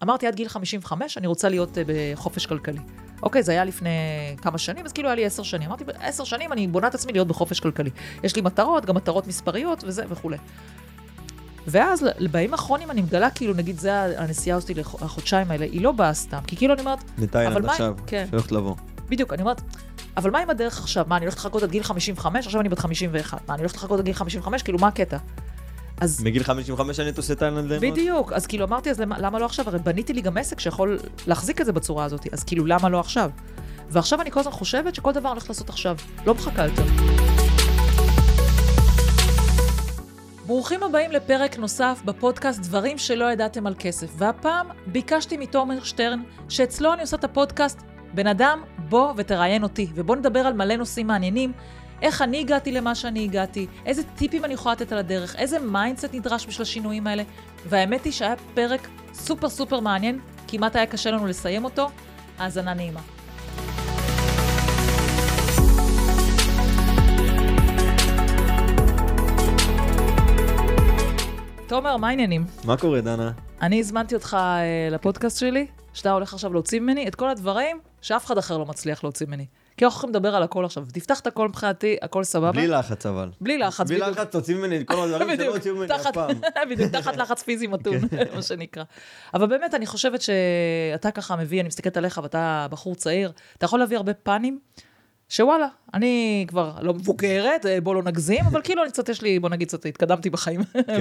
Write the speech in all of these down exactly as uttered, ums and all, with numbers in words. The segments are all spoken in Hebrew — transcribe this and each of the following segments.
אמרתי, עד גיל חמישים וחמש, אני רוצה להיות בחופש כלכלי. אוקיי, זה היה לפני כמה שנים, אז כאילו היה לי עשר שנים. אמרתי, עשר שנים אני בונה את עצמי להיות בחופש כלכלי. יש לי מטרות, גם מטרות מספריות וזה וכו'. ואז, בימים האחרונים אני מגלה, כאילו, נגיד, זה הנסיעה עושה לי לחודשיים האלה, היא לא באה סתם, כי כאילו אני אומרת, נתאילנד עכשיו, שהולכת לבוא. בדיוק, אני אומרת, אבל מה עם הדרך עכשיו? מה, אני הולכת לחכות עד גיל חמישים וחמש? עכשיו אני בת חמישים ואחת. מה, אני הולכת לחכות עד גיל חמישים וחמש? כאילו, מה הקטע? אז... מגיל חמישים וחמש אני תעושה תאילנד ליהנות? בדיוק, אז כאילו אמרתי, אז למה, למה לא עכשיו? הרי בניתי לי גם עסק שיכול להחזיק את זה בצורה הזאת, אז כאילו, למה לא עכשיו? ועכשיו אני כל הזמן חושבת שכל דבר אני הולכת לעשות עכשיו. לא מחכה יותר. ברוכים הבאים לפרק נוסף בפודקאסט דברים שלא ידעתם על כסף. והפעם ביקשתי מתומר שטרן, שאצלו אני עושה את הפודקאסט, בן אדם, בוא ותראיין אותי, ובוא נדבר על מלא נושאים מעניינים, איך אני הגעתי למה שאני הגעתי, איזה טיפים אני יכולה לתת על הדרך, איזה מיינדסט נדרש בשביל השינויים האלה. והאמת היא שהיה פרק סופר סופר מעניין, כמעט היה קשה לנו לסיים אותו, האזנה נעימה. תומר, מה העניינים? מה קורה, דנה? אני הזמנתי אותך uh, לפודקאסט שלי, שאתה הולך עכשיו להוציא ממני את כל הדברים שאף אחד אחר לא מצליח להוציא ממני. כי אנחנו יכולים לדבר על הכל עכשיו. תפתח את הכל מבחינתי, הכל סבבה. בלי לחץ אבל. בלי לחץ, בלי לחץ, תוציא ממני את כל הדברים שלא הוציאו ממני אף פעם. בדיוק, תחת לחץ פיזי מתון, מה שנקרא. אבל באמת, אני חושבת שאתה ככה מביא, אני מסתכלת עליך, ואתה בחור צעיר, אתה יכול להביא הרבה פנים, שוואלה, אני כבר לא מבוגרת, בוא לא נגזים, אבל כאילו אני קצת יש לי, בוא נגיד קצת, התקדמתי בחיים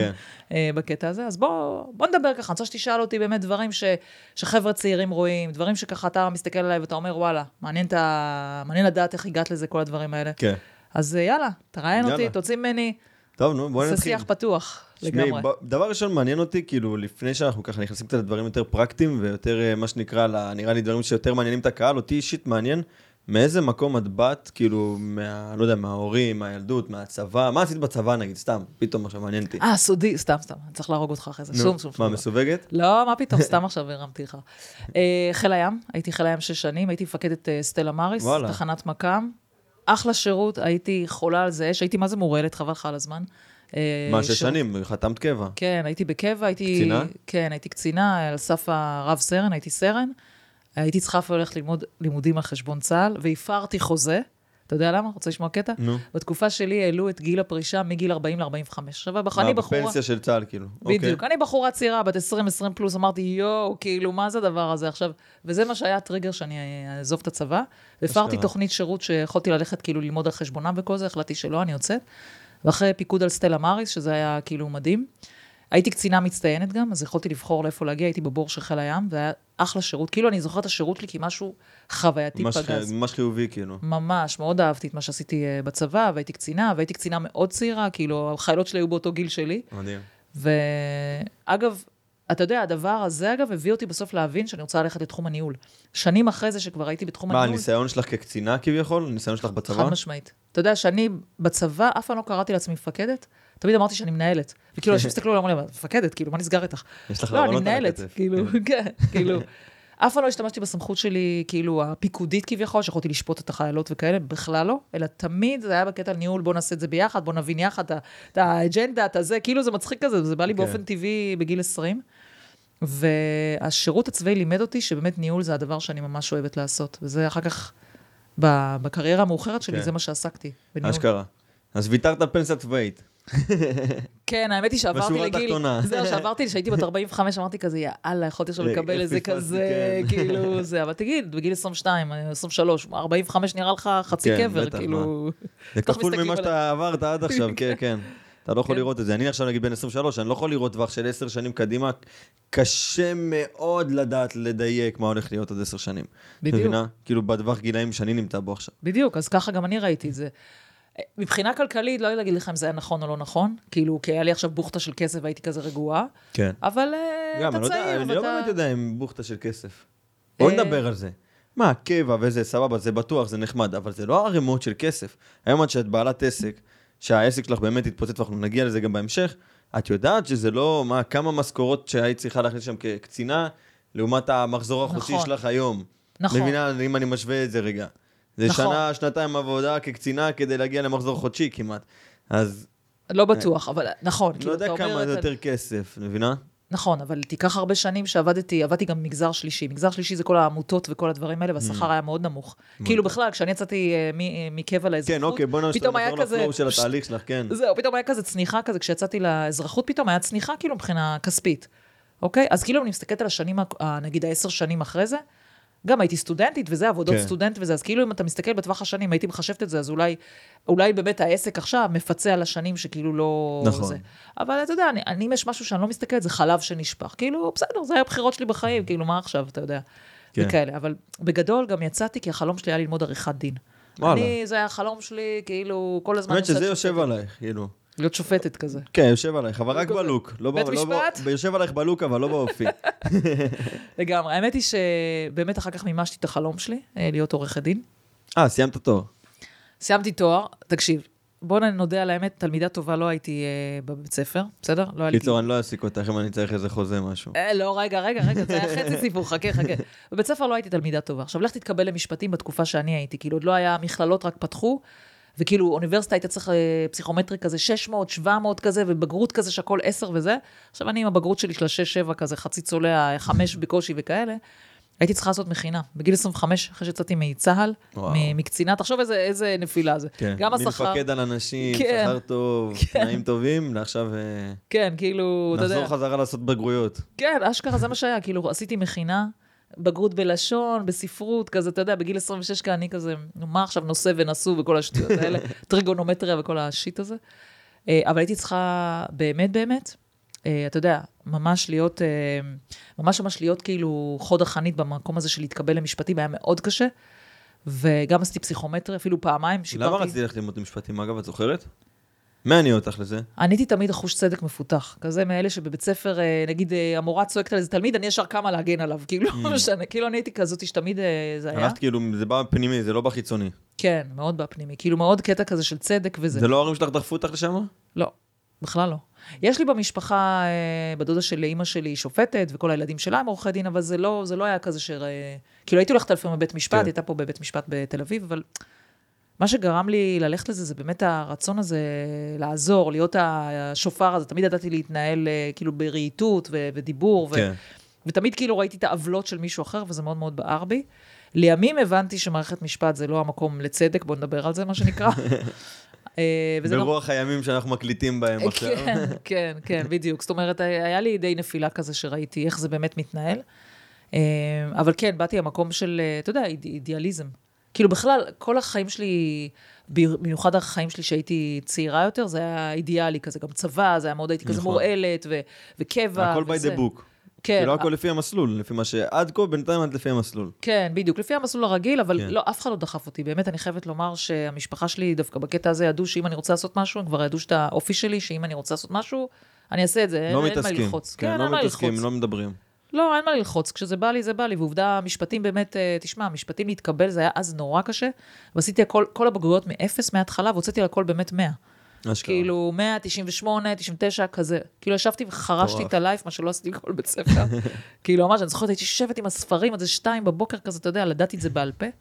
בקטע הזה, אז בוא, בוא נדבר ככה, אני רוצה שתשאל אותי באמת דברים ש, שחבר'ה צעירים רואים, דברים שככה אתה מסתכל עליי ואתה אומר, וואלה, מעניין, אתה, מעניין לדעת איך הגעת לזה, כל הדברים האלה. כן. אז יאללה, תראיין אותי, תוציא ממני, טוב, נו, בואי נתחיל. זה שיח פתוח לגמרי. דבר ראשון מעניין אותי, כאילו, לפני שאנחנו ככה נכנסים קצת לדברים יותר פרקטיים, ויותר, מה שנקרא, נראה לי דברים שיותר מעניינים את הקהל, אותי אישית מעניין, מאיזה מקום את באת, כאילו, מה, לא יודע, מההורים, מהילדות, מהצבא, מה עשית בצבא, נגיד, סתם, פתאום עכשיו מעניין אותי. אה, סודי, סתם, סתם, אני צריך להרוג אותך אחרי זה, שום, שום, שום. מה, מסווגת? לא, מה פתאום, סתם עכשיו הרמתי לך. חיל הים, הייתי חיל הים שש שנים, הייתי מפקדת סטלה מאריס, תחנת מקם, אחלה שירות, הייתי חולה על זה, שהייתי מה זה מורלת, חבל לך על הזמן. מה, שש שנים? חתמת קבע? כן, הייתי בקבע, הייתי... קצינה? כן, הייתי קצינה, על סף הרב סרן, הייתי סרן. הייתי צריכה ללכת ללמוד לימודים על חשבון צה"ל, והפרתי חוזה. אתה יודע למה? רוצה לשמוע קטע? נו. בתקופה שלי העלו את גיל הפרישה מגיל ארבעים ל-ארבעים וחמש. עכשיו, אני בחורה... בפנסיה של צה"ל, כאילו. בדיוק. אני בחורה צעירה, בת עשרים עשרים פלוס, אמרתי, יואו, כאילו, מה זה הדבר הזה עכשיו? וזה מה שהיה הטריגר שאני אעזוב את הצבא. והפרתי תוכנית שירות שיכולתי ללכת כאילו ללמוד על חשבונם וכל זה, החלטתי שלא, אני יוצאת. ואחרי פיקוד על סטלה מאריס, שזה היה כאילו מדהים. הייתי קצינה מצטיינת גם, אז יכולתי לבחור לאיפה להגיע, הייתי בבור של חיל הים, והיה אחלה שירות. כאילו אני זוכרת את השירות לי כמשהו חווייתי פגז. ממש חיובי, כאילו. ממש, מאוד אהבתי את מה שעשיתי בצבא, והייתי קצינה, והייתי קצינה מאוד צעירה, כאילו החיילות שלי היו באותו גיל שלי. מדהים. ואגב, אתה יודע, הדבר הזה, אגב, הביא אותי בסוף להבין שאני רוצה ללכת לתחום הניהול. שנים אחרי זה שכבר הייתי בתחום הניהול. מה, הניסיון שלך כקצינה כביכול? הניסיון שלך בצבא? חד משמעית. אתה יודע, שאני בצבא, אף פעם לא קראתי לעצמי מפקדת, תמיד אמרתי שאני מנהלת. וכאילו, אנשים הסתכלו, אמרו לי, מפקדת, כאילו, מה נסגר איתך? יש לך לא, אני רעיונות על מנהלת, הכתף. כאילו, כן, כאילו. אף פעם לא השתמשתי בסמכות שלי, כאילו, הפיקודית כביכול, שיכולתי לשפוט את החיילות וכאלה, בכלל לא, אלא תמיד זה היה בקטע ניהול, בוא נעשה את זה ביחד, בוא נבין יחד את האג'נדה, את הזה, כאילו זה מצחיק כזה, זה בא לי באופן טבעי בגיל עשרים. והשירות הצבאי לימד אותי שבאמת ניהול זה הדבר שאני ממש אוהבת לעשות, וזה אחר כך, בקריירה המאוחרת שלי, זה מה שעסקתי, בניהול. אשכרה. אז ויתרת פנסיה צבאית. כן, האמת היא שעברתי לגיל... בשורה התחתונה. זהו, שעברתי, שהייתי בת ארבעים וחמש, אמרתי כזה, יאללה, יכולתי עכשיו לקבל איזה כזה, כאילו, זה, אבל תגיד, בגיל עשרים ושתיים, עשרים ושלוש, ארבעים וחמש נראה לך חצי קבר, כאילו... זה כפול ממה שאתה עברת עד עכשיו, כן, כן. אתה לא יכול לראות את זה. אני עכשיו נגיד בין עשרים ושלוש, אני לא יכול לראות טווח של עשר שנים קדימה, קשה מאוד לדעת לדייק מה הולך להיות עד עשר שנים. בדיוק. מבינה? כאילו בטווח גילאים שאני נמצא בו עכשיו. בדיוק, אז ככה גם אני ראיתי את זה. מבחינה כלכלית, לא יודעת להגיד לך אם זה היה נכון או לא נכון, כאילו, כי היה לי עכשיו בוכתה של כסף והייתי כזה רגועה, כן. אבל אתה צעיר, אני לא באמת יודע אם בוכתה של כסף. בוא נדבר על זה. מה, קבע וזה סבבה, זה בטוח, זה נחמד, אבל זה לא הרמות של כסף. היום עד שאת בעלת עסק, שהעסק שלך באמת יתפוצץ, ואנחנו נגיע לזה גם בהמשך, את יודעת שזה לא, מה, כמה משכורות שהיית צריכה להכניס שם כקצינה, לעומת המחזור החודשי שלך היום. נכון. מבינה, אם אני משווה את זה רגע. זה נכון. שנה, שנתיים עבודה כקצינה כדי להגיע למחזור חודשי כמעט. אז... לא בטוח, אבל נכון. לא יודע כמה זה יותר כסף, מבינה? נכון, אבל תיקח הרבה שנים שעבדתי, עבדתי גם מגזר שלישי. מגזר שלישי זה כל העמותות וכל הדברים האלה, והשכר היה מאוד נמוך. כאילו בכלל, כשאני יצאתי מקבע לאזרחות, כן, אוקיי, בוא נשתתף לחזור לפלואו של התהליך שלך, כן. זהו, פתאום היה כזה צניחה כזה, כשיצאתי לאזרחות, פתאום היה צניחה כאילו מבחינה כספית. אוקיי? אז כאילו אני מסתכלת על השנים, נגיד העשר שנים אחרי זה, גם הייתי סטודנטית וזה, עבודות סטודנט וזה, אז כאילו אם אתה מסתכל בטווח השנים, הייתי מחשבת את זה, אז אולי, אולי באמת העסק עכשיו מפצה על השנים שכאילו לא... נכון. זה. אבל אתה יודע, אני, אני, אם יש משהו שאני לא מסתכלת, זה חלב שנשפך. כאילו, בסדר, זה היה הבחירות שלי בחיים, כאילו, מה עכשיו, אתה יודע? כן. וכאלה. אבל בגדול גם יצאתי, כי החלום שלי היה ללמוד עריכת דין. וואלה. אני, זה היה החלום שלי, כאילו, כל הזמן... באמת שזה יושב עלייך, כאילו. להיות שופטת כזה. כן, יושב עלייך, אבל רק בלוק. בית משפט? יושב עלייך בלוק, אבל לא באופי. לגמרי. האמת היא שבאמת אחר כך מימשתי את החלום שלי, להיות עורכת דין. אה, סיימת תואר. סיימתי תואר. תקשיב, בוא נודה על האמת, תלמידה טובה לא הייתי בבית ספר, בסדר? קיצור, אני לא אעסיק אותך אם אני צריך איזה חוזה משהו. לא, רגע, רגע, רגע, זה היה חצי סיפור, חכה, חכה. בבית ספר לא הייתי תלמידה טובה. עכשיו, לך תתקבל למשפטים בתקופה שאני הייתי, כאילו עוד לא היה, מכללות רק פתחו, וכאילו אוניברסיטה הייתה צריך פסיכומטרי כזה שש מאות, שבע מאות כזה, ובגרות כזה שהכל עשר וזה. עכשיו אני עם הבגרות שלי של שש שבע כזה, חצי צולע, חמש בקושי וכאלה. הייתי צריכה לעשות מכינה. בגיל עשרים וחמש, אחרי שיצאתי מצהל, מקצינה, תחשוב איזה, איזה נפילה זה. כן. גם השכר... מפקד על אנשים, כן. שכר טוב, כן. תנאים טובים, לעכשיו... כן, כאילו, אתה יודע... נחזור חזרה לעשות בגרויות. כן, אשכרה, זה מה שהיה. כאילו, עשיתי מכינה, בגרות בלשון, בספרות, כזה, אתה יודע, בגיל עשרים ושש כאן אני כזה, מה עכשיו נושא ונסו וכל השטויות האלה, טריגונומטריה וכל השיט הזה. אבל הייתי צריכה באמת, באמת, אתה יודע, ממש להיות, ממש ממש להיות כאילו חוד החנית במקום הזה של להתקבל למשפטים, היה מאוד קשה, וגם עשיתי פסיכומטריה, אפילו פעמיים, שיפרתי. למה רציתי ללכת ללמוד משפטים, אגב, את זוכרת? מה אני אותך לזה? אני הייתי תמיד אחוש צדק מפותח, כזה מאלה שבבית ספר, נגיד, המורה צועקת על איזה תלמיד, אני ישר קמה להגן עליו, כאילו, כאילו אני הייתי כזאת שתמיד זה היה. הלכת כאילו, זה בא פנימי, זה לא בחיצוני. כן, מאוד בפנימי, כאילו מאוד קטע כזה של צדק וזה. זה לא ההורים שלך דחפו אותך לשם? לא, בכלל לא. יש לי במשפחה, בדודה של אמא שלי שופטת, וכל הילדים שלה הם עורכי דין, אבל זה לא, זה לא היה כזה ש... כאילו הייתי הולכת לפעמים בבית משפט, הייתה פה בבית משפט בתל אביב, אבל מה שגרם לי ללכת לזה, זה באמת הרצון הזה לעזור, להיות השופר הזה, תמיד ידעתי להתנהל כאילו ברהיטות ודיבור, ו... ותמיד כאילו ראיתי את העוולות של מישהו אחר, וזה מאוד מאוד בער בי. לימים הבנתי שמערכת משפט זה לא המקום לצדק, בוא נדבר על זה, מה שנקרא. ברוח הימים שאנחנו מקליטים בהם עכשיו. כן, כן, כן, בדיוק. זאת אומרת, היה לי די נפילה כזה שראיתי איך זה באמת מתנהל. אבל כן, באתי המקום של, אתה יודע, אידיאליזם. כאילו בכלל, כל החיים שלי, במיוחד החיים שלי שהייתי צעירה יותר, זה היה אידיאלי כזה, גם צבא, זה היה מאוד, הייתי כזה מורעלת וקבע. הכל by the book. כן. כאילו הכל לפי המסלול, לפי מה שעד כה, בינתיים עד לפי המסלול. כן, בדיוק, לפי המסלול הרגיל, אבל לא, אף אחד לא דחף אותי. באמת, אני חייבת לומר שהמשפחה שלי, דווקא בקטע הזה, ידעו שאם אני רוצה לעשות משהו, הם כבר ידעו שאת האופי שלי, שאם אני רוצה לעשות משהו, אני אעשה את זה. לא מתעסקים. כן, לא מתעסקים, לא מדברים. לא, אין מה ללחוץ. כשזה בא לי, זה בא לי. ועובדה, משפטים באמת, תשמע, משפטים להתקבל, זה היה אז נורא קשה. ועשיתי הכל, כל הבגרויות מאפס מההתחלה, והוצאתי הכל באמת מאה. כאילו, מאה, תשעים ושמונה, תשעים ותשע, כזה. כאילו, ישבתי וחרשתי את הלייף, מה שלא עשיתי כל בית ספר. כאילו, ממש, אני זוכרת, הייתי שבת עם הספרים, עד זה שתיים בבוקר כזה, אתה יודע, לדעתי את זה בעל פה.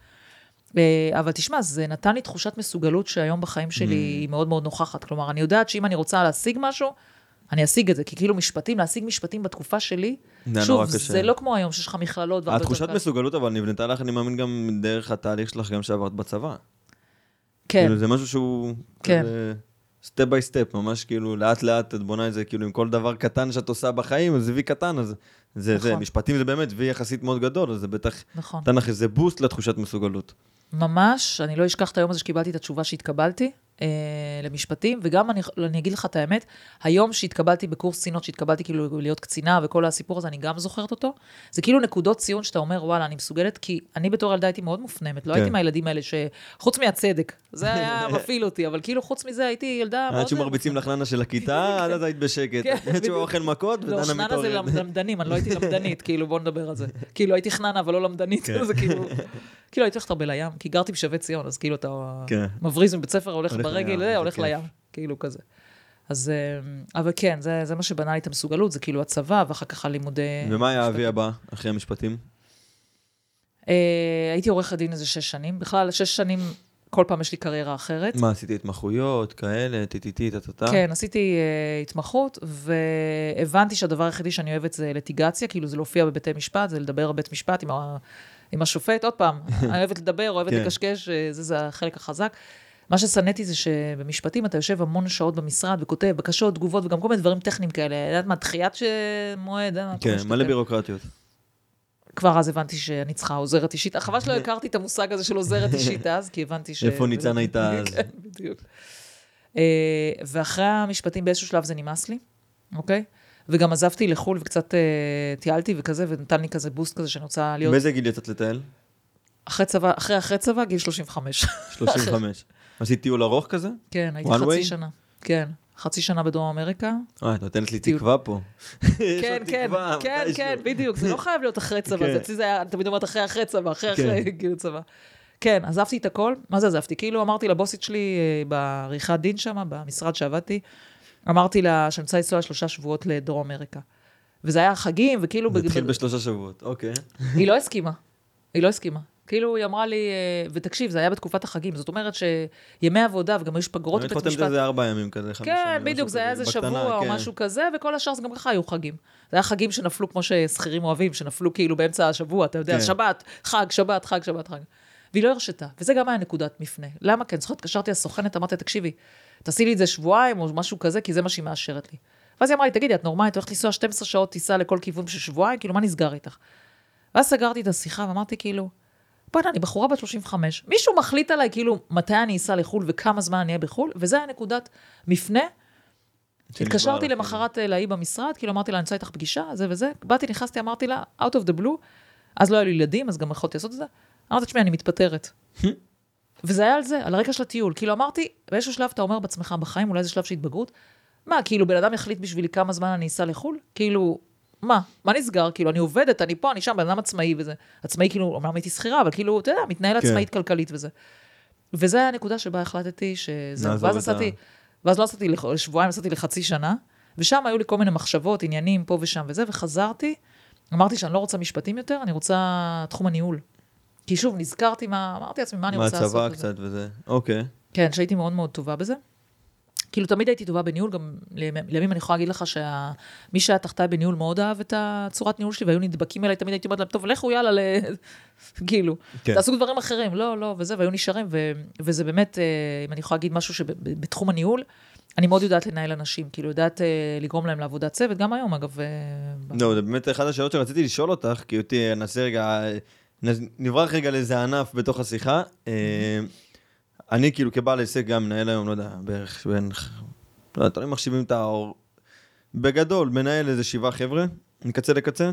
אבל תשמע, זה נתן לי תחושת מסוגלות שהיום בחיים שלי היא מאוד מאוד נוכחת. כלומר, אני יודעת שאם אני רוצה להשיג משהו, אני אשיג את זה, כי כאילו משפטים, להשיג משפטים בתקופה שלי, שוב, זה לא כמו היום שיש לך מכללות. התחושת מסוגלות, אבל נבנתה לך, אני מאמין גם דרך התהליך שלך, גם שעברת בצבא. כן. כאילו, זה משהו שהוא... כן. סטפ ביי סטפ, ממש כאילו, לאט לאט את בונה את זה, כאילו, עם כל דבר קטן שאת עושה בחיים, אז זה וי קטן, אז זה, זה, משפטים זה באמת וי יחסית מאוד גדול, אז זה בטח, נתן לך איזה בוסט לתחושת מסוגלות. ממש, אני לא אשכח את היום הזה שקיבלתי את התשובה שהתקבלתי אה, למשפטים, וגם אני, אני אגיד לך את האמת, היום שהתקבלתי בקורס צינות, שהתקבלתי כאילו להיות קצינה, וכל הסיפור הזה, אני גם זוכרת אותו, זה כאילו נקודות ציון שאתה אומר, וואלה, אני מסוגלת, כי אני בתור ילדה הייתי מאוד מופנמת, לא כן. הייתי מהילדים האלה שחוץ מהצדק, זה היה מפעיל אותי, אבל כאילו חוץ מזה הייתי ילדה מאוד... עד שמרביצים לחננה של הכיתה, עד אז היית בשקט, עד שהוא אוכל מכות, ודנה מתעוררת. לא, חננה זה למדנים, אני לא הייתי למדנית, כאילו בוא נדבר על זה. כאילו הייתי חננה, אבל לא למדנית, זה כאילו... כאילו הייתי הולכת הרבה לים, כי גרתי בשבי ציון, אז כאילו אתה מבריז מבית ספר, הולך ברגל, הולך לים, כאילו כזה. אז, אבל כן, זה, זה מה שבנה לי את המסוגלות, זה כאילו הצבא, ואחר כך הלימודי... ומה היה האבי הבא, אחרי המשפטים? הייתי עורכת דין איזה שש שנים, בכלל שש שנים, כל פעם יש לי קריירה אחרת. מה, עשיתי התמחויות, כאלה, טיטיטי, טטטה? כן, עשיתי uh, התמחות, והבנתי שהדבר היחידי שאני אוהבת זה ליטיגציה, כאילו זה להופיע בבתי משפט, זה לדבר בבית משפט עם, ה, עם השופט, עוד פעם, אני אוהבת לדבר, אוהבת כן. לקשקש, זה, זה החלק החזק. מה ששנאתי זה שבמשפטים אתה יושב המון שעות במשרד, וכותב בקשות, תגובות, וגם כל מיני דברים טכניים כאלה, יודעת מה, דחיית מועד, כן, מלא בירוקרטיות. כבר אז הבנתי שאני צריכה עוזרת אישית. חבל שלא הכרתי את המושג הזה של עוזרת אישית אז, כי הבנתי ש... איפה ניצן הייתה אז. כן, בדיוק. ואחרי המשפטים באיזשהו שלב זה נמאס לי, אוקיי? וגם עזבתי לחול וקצת טיילתי וכזה, ונתן לי כזה בוסט כזה שאני רוצה להיות... באיזה גיל יצאת לטייל? אחרי צבא, אחרי אחרי צבא, גיל שלושים וחמש. שלושים וחמש. עשית טיול ארוך כזה? כן, הייתי חצי שנה. כן. חצי שנה בדרום אמריקה. אה, את נותנת לי תקווה פה. כן, כן, כן, כן, בדיוק. זה לא חייב להיות אחרי צבא. אצלי זה היה, תמיד אומרת, אחרי אחרי צבא, אחרי אחרי גיל צבא. כן, עזבתי את הכל. מה זה עזבתי? כאילו אמרתי לבוסית שלי בעריכת דין שם, במשרד שעבדתי, אמרתי לה שאני רוצה לנסוע שלושה שבועות לדרום אמריקה. וזה היה חגים, וכאילו... זה התחיל בשלושה שבועות, אוקיי. היא לא הסכימה. היא לא הסכימה. כאילו היא אמרה לי, ותקשיב, זה היה בתקופת החגים, זאת אומרת שימי עבודה וגם יש פגרות בבית משפט. אני חותם שזה ארבע ימים כזה, חמישה. כן, בדיוק, זה היה איזה שבוע או משהו כזה, וכל השאר זה גם ככה היו חגים. זה היה חגים שנפלו כמו ששכירים אוהבים, שנפלו כאילו באמצע השבוע, אתה יודע, שבת, חג, שבת, חג, שבת, חג. והיא לא הרשתה, וזה גם היה נקודת מפנה. למה? כן, זוכרת, קשרתי לסוכנת, אמרתי, תקשיבי, תעשי לי את זה שבועיים או משהו כזה, כי זה מה שהיא מאשרת לי. ואז היא אמרה לי, תגידי, את נורמלית, הולכת לנסוע שתים עשרה שעות טיסה לכל כיוון של שבועיים, כאילו, מה נסגר איתך? ואז סגרתי את השיחה ואמרתי, כאילו, בוא'נה, אני בחורה בת שלושים וחמש. מישהו מחליט עליי, כאילו, מתי אני אסע לחול וכמה זמן אני אהיה בחול, וזה היה נקודת מפנה. התקשרתי למחרת להיא במשרד, כאילו אמרתי לה, אני רוצה איתך פגישה, זה וזה. באתי, נכנסתי, אמרתי לה, out of the blue, אז לא היה לי ילדים, אז גם יכולתי לעשות את זה. אמרתי, תשמעי, אני מתפטרת. וזה היה על זה, על הרקע של הטיול. כאילו אמרתי, באיזשהו שלב אתה אומר בעצמך בחיים, אולי זה שלב של התבגרות. מה, כאילו, בן אדם יחליט בשבילי כמה זמן אני אסע לחול? כאילו, מה? מה נסגר? כאילו, אני עובדת, אני פה, אני שם, בן אדם עצמאי וזה. עצמאי, כאילו, אמנם הייתי שכירה, אבל כאילו, אתה יודע, מתנהל עצמאית כלכלית וזה. וזה היה הנקודה שבה החלטתי שזה... ואז נסעתי, ואז לא נסעתי לשבועיים, נסעתי לחצי שנה, ושם היו לי כל מיני מחשבות, עניינים פה ושם וזה, וחזרתי, אמרתי שאני לא רוצה משפטים יותר, אני רוצה תחום הניהול. כי שוב, נזכרתי מה, אמרתי לעצמי, מה אני רוצה לעשות בזה. מהצבא קצת וזה, אוקיי. כן, שהייתי מאוד מאוד טובה בזה. כאילו, תמיד הייתי טובה בניהול, גם לימים אני יכולה להגיד לך שמי שהיה תחתיי בניהול מאוד אהב את הצורת ניהול שלי, והיו נדבקים אליי, תמיד הייתי אומרת להם, טוב, לכו יאללה, ל... כאילו, תעשו דברים אחרים, לא, לא, וזה, והיו נשארים, וזה באמת, אם אני יכולה להגיד משהו שבתחום הניהול, אני מאוד יודעת לנהל אנשים, כאילו, יודעת לגרום להם לעבודת צוות, גם היום, אגב. לא, זה באמת אחת השאלות שרציתי לשאול אותך, כי אותי נעשה רגע, נברח רגע לאיזה ענף בתוך השיחה. אני כאילו כבעל עסק גם מנהל היום, לא יודע, בערך בין, לא יודע, תולים מחשיבים את האור, בגדול, מנהל איזה שבעה חבר'ה, מקצה לקצה.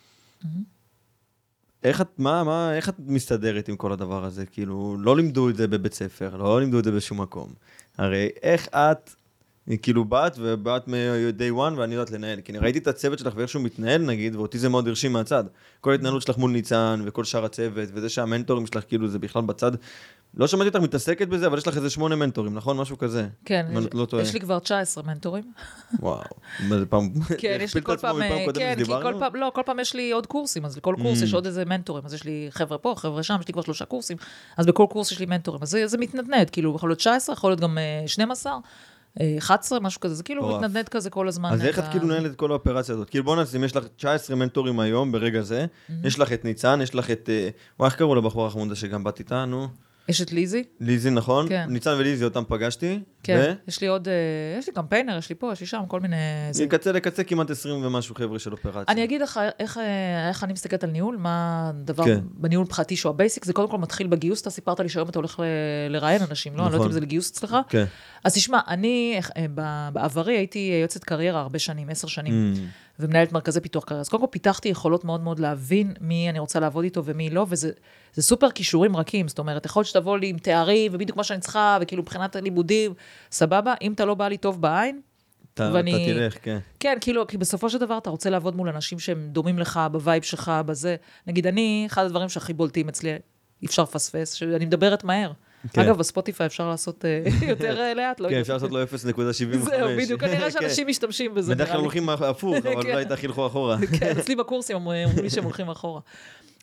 איך את, מה, מה, איך את מסתדרת עם כל הדבר הזה? כאילו, לא לימדו את זה בבית ספר, לא לימדו את זה בשום מקום. הרי איך את, כאילו באת ובאת מ-day one ואני יודעת לנהל, כי אני ראיתי את הצוות שלך ואיך שהוא מתנהל נגיד, ואותי זה מאוד הרשים מהצד. כל ההתנהלות שלך מול ניצן וכל שאר הצוות, וזה שהמנטורים שלך כאילו זה בכלל בצד. לא שמעתי אותך מתעסקת בזה, אבל יש לך איזה שמונה מנטורים, נכון? משהו כזה. כן, יש לי כבר תשע עשרה מנטורים. וואו, זה פעם... כן, יש לי כל פעם, כן, כי כל פעם, לא, כל פעם יש לי עוד קורסים, אז לכל קורס יש עוד איזה מנטורים, אז יש לי חבר'ה פה, חבר'ה שם, יש לי כבר שלושה קורסים, אז בכל קורס יש לי מנטורים, אז זה מתנדנד, כאילו, יכול להיות תשע עשרה, יכול להיות גם שתים עשרה, אחת עשרה, משהו כזה, זה כאילו מתנדנד כזה כל הזמן. אז איך את כאילו נהלת את כל האופרציה הזאת? כאילו בוא נשים, יש לך תשע עשרה מנטורים היום, ברגע זה, יש לך את ניצן, יש לך את, איך קראו לבחורה החמודה שגם באת איתנו? יש את ליזי. ליזי, נכון. כן. ניצן וליזי, אותם פגשתי. כן, ו... יש לי עוד, יש לי קמפיינר, יש לי פה, יש לי שם, כל מיני... מקצה לקצה כמעט עשרים ומשהו חבר'ה של אופרציה. אני אגיד לך איך, איך אני מסתכלת על ניהול, מה הדבר כן. בניהול מבחינתי שהוא הבייסיק, זה קודם כל מתחיל בגיוס, אתה סיפרת לי שהיום אתה הולך לראיין אנשים, לא? נכון. אני לא יודעת אם זה לגיוס אצלך. כן. אז תשמע, אני בעברי הייתי יוצאת קריירה הרבה שנים, עשר שנים, mm. ומנהלת מרכזי פיתוח קריירה. אז קודם כל פיתחתי יכולות מאוד מאוד להבין מי אני רוצה לעבוד איתו ומי לא, וזה זה סופר קישורים רכים, זאת אומרת, יכול שתבוא לי עם תארים, ובדיוק מה שאני צריכה, וכאילו מבחינת הלימודים, סבבה, אם אתה לא בא לי טוב בעין, אתה, ואני... אתה תלך, כן. כן, כאילו, כי בסופו של דבר אתה רוצה לעבוד מול אנשים שהם דומים לך, בווייב שלך, בזה. נגיד, אני, אחד הדברים שהכי בולטים אצלי, אי אפשר לפספס, שאני מדברת מהר. כן. אגב, בספוטיפיי אפשר לעשות יותר לאט. כן, אפשר לעשות לו אפס נקודה שבעים וחמש. זהו, בדיוק, אני רואה שאנשים משתמשים בזה. בדרך כלל הולכים הפוך, אבל לא הייתה חילכו אחורה. כן, אצלי בקורסים אומרים לי שהם הולכים אחורה.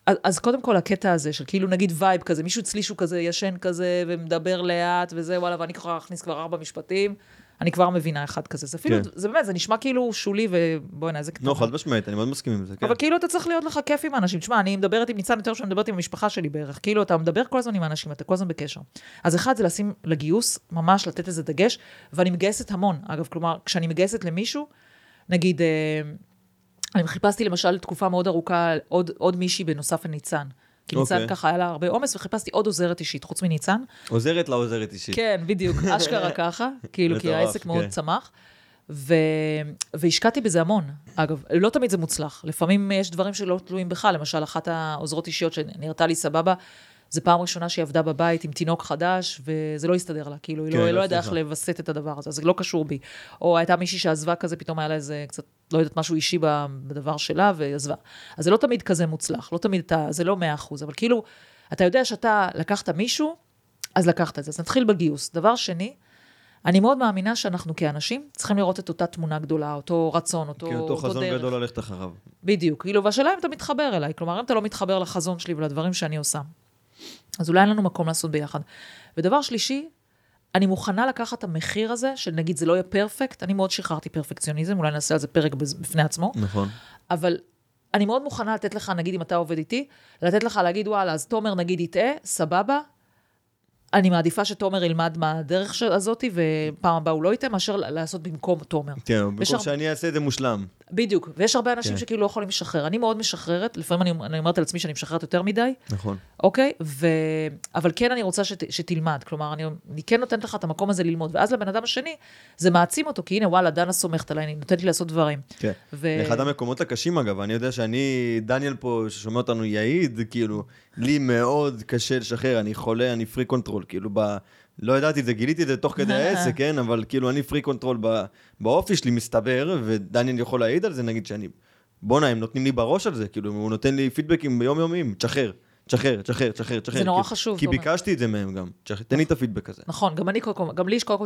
אז, אז קודם כל הקטע הזה של כאילו נגיד וייב כזה, מישהו אצלי שהוא כזה ישן כזה ומדבר לאט וזה, וואלה, ואני יכולה להכניס כבר ארבע משפטים, אני כבר מבינה אחד כזה. זה אפילו, כן. זה באמת, זה נשמע כאילו שולי ובואי נע, זה קטנה. לא, חד משמעית, אני מאוד מסכים עם זה, כן. אבל כאילו אתה צריך להיות לך כיף עם האנשים. תשמע, אני מדברת עם ניצן יותר שאני מדברת עם המשפחה שלי בערך. כאילו אתה מדבר כל הזמן עם האנשים, אתה כל הזמן בקשר. אז אחד זה לשים לגיוס, ממש לתת איזה דגש, ואני מגייסת המון. אגב, כלומר, כשאני מגייסת למישהו, נגיד, אני חיפשתי למשל תקופה מאוד ארוכה, עוד, עוד מישהי בנוסף לניצן. כי ניצן ככה היה לה הרבה עומס, וחיפשתי עוד עוזרת אישית, חוץ מניצן. עוזרת לעוזרת אישית. כן, בדיוק, אשכרה ככה, כאילו, כי העסק מאוד צמח. והשקעתי בזה המון. אגב, לא תמיד זה מוצלח. לפעמים יש דברים שלא תלויים בך, למשל, אחת העוזרות אישיות שנראתה לי סבבה, זה פעם ראשונה שהיא עבדה בבית עם תינוק חדש, וזה לא הסתדר לה, כאילו, היא לא ידעה איך לבסט את הדבר הזה, אז זה לא קשור בי. או הייתה מישהי שעזבה כזה, פתאום היה לה איזה קצת, לא יודעת, משהו אישי בדבר שלה, ועזבה. אז זה לא תמיד כזה מוצלח, לא תמיד, זה לא מאה אחוז, אבל כאילו, אתה יודע שאתה לקחת מישהו, אז לקחת את זה. אז נתחיל בגיוס. דבר שני, אני מאוד מאמינה שאנחנו כאנשים צריכים לראות את אותה תמונה גדולה, אותו רצון, אותו דרך. כן, אותו חזון גדול ללכת אחריו. בדיוק. כאילו, והשאלה אם אתה מתחבר אליי, כלומר, אם אתה לא מתחבר לחזון שלי ולדברים שאני עושה. אז אולי אין לנו מקום לעשות ביחד. ודבר שלישי, אני מוכנה לקחת את המחיר הזה, של נגיד זה לא יהיה פרפקט, אני מאוד שחררתי פרפקציוניזם, אולי נעשה על זה פרק בפני עצמו. נכון. אבל אני מאוד מוכנה לתת לך, נגיד אם אתה עובד איתי, לתת לך להגיד, וואלה, אז תומר נגיד יטעה, סבבה, אני מעדיפה שתומר ילמד מהדרך הזאת, ופעם הבאה הוא לא ייתן, מאשר לעשות במקום תומר. כן, במקום שאני אעשה את זה מושלם. בדיוק, ויש הרבה אנשים שכאילו לא יכולים לשחרר. אני מאוד משחררת, לפעמים אני אומרת על עצמי שאני משחררת יותר מדי. נכון. אוקיי? אבל כן אני רוצה שתלמד, כלומר, אני כן נותנת לך את המקום הזה ללמוד, ואז לבן אדם השני, זה מעצים אותו, כי הנה, וואלה, דנה סומכת עליי, אני נותנת לי לעשות דברים. כן. אחד המקומות הקשים, אגב, אני יודע שאני, דניאל פה, ששומע אותנו יעיד, כאילו, לי מאוד קשה לשחרר, אני חולה, אני פרי קונטרול, כאילו, ב... לא ידעתי את זה, גיליתי את זה תוך כדי העסק, כן? אבל כאילו אני פרי קונטרול באופי שלי מסתבר, ודניאל יכול להעיד על זה, נגיד שאני, בונה, הם נותנים לי בראש על זה, כאילו, הוא נותן לי פידבקים ביום יומיים, תשחרר, תשחרר, תשחרר, תשחרר, תשחרר. זה נורא חשוב. כי ביקשתי את זה מהם גם, תן לי את הפידבק הזה. נכון, גם אני, גם לי יש קודם כל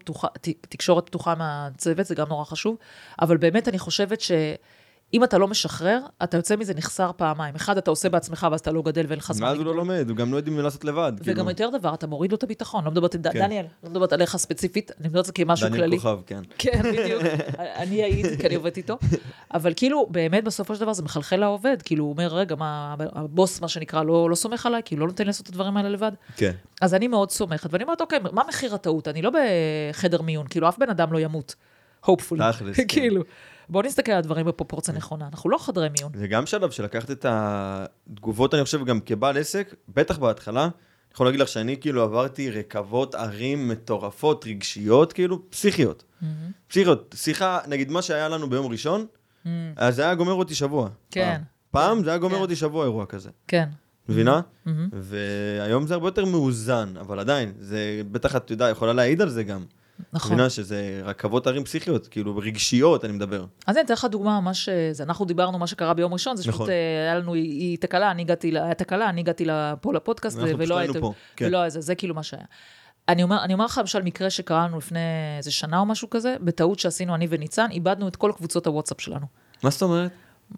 תקשורת פתוחה מהצוות, זה גם נורא חשוב, אבל באמת אני חושבת ש... אם אתה לא משחרר, אתה יוצא מזה נחסר פעמיים. אחד, אתה עושה בעצמך, ואז אתה לא גדל ואין לך זמן. ואז הוא לא לומד, הוא גם לא יודעים לעשות לבד. וגם יותר דבר, אתה מוריד לו את הביטחון. לא מדברת, דניאל, לא מדברת עליך ספציפית, אני מדברת זה כמשהו כללי. דניאל כוכב, כן. כן, בדיוק. אני אעיד, כי אני עובדת איתו. אבל כאילו, באמת בסופו של דבר זה מחלחל לעובד. כאילו, הוא אומר, רגע, מה, הבוס, מה שנקרא, לא סומך עליי, כאילו, לא נותן לעשות את הדברים האלה לבד. כן. אז אני מאוד סומכת, ואני אומרת, אוקיי, מה מחיר הטעות? אני לא בחדר מיון, כאילו, אף בן אדם לא ימות. hopefully. כאילו. בואו נסתכל על הדברים בפרופורציה נכונה. אנחנו לא חדרי מיון. זה גם שלב שלקחת את התגובות, אני חושב, גם כבעל עסק, בטח בהתחלה, אני יכול להגיד לך שאני כאילו עברתי רכבות ערים מטורפות, רגשיות, כאילו, פסיכיות. פסיכיות. שיחה, נגיד מה שהיה לנו ביום ראשון, אז זה היה גומר אותי שבוע. כן. פעם זה היה גומר אותי שבוע אירוע כזה. כן. מבינה? והיום זה הרבה יותר מאוזן, אבל עדיין, זה בטח את יודע, יכולה להעיד על זה גם. נכון. מבינה שזה רכבות ערים פסיכיות, כאילו רגשיות אני מדבר. אז אני אתן לך דוגמה, מה שזה, אנחנו דיברנו מה שקרה ביום ראשון, זה שפשוט היה לנו, היא תקלה, אני הגעתי, היה תקלה, אני הגעתי פה לפודקאסט, ולא הייתה, ולא איזה, זה כאילו מה שהיה. אני אומר, אני אומר לך למשל מקרה שקרה לנו לפני איזה שנה או משהו כזה, בטעות שעשינו אני וניצן, איבדנו את כל קבוצות הוואטסאפ שלנו. מה זאת אומרת?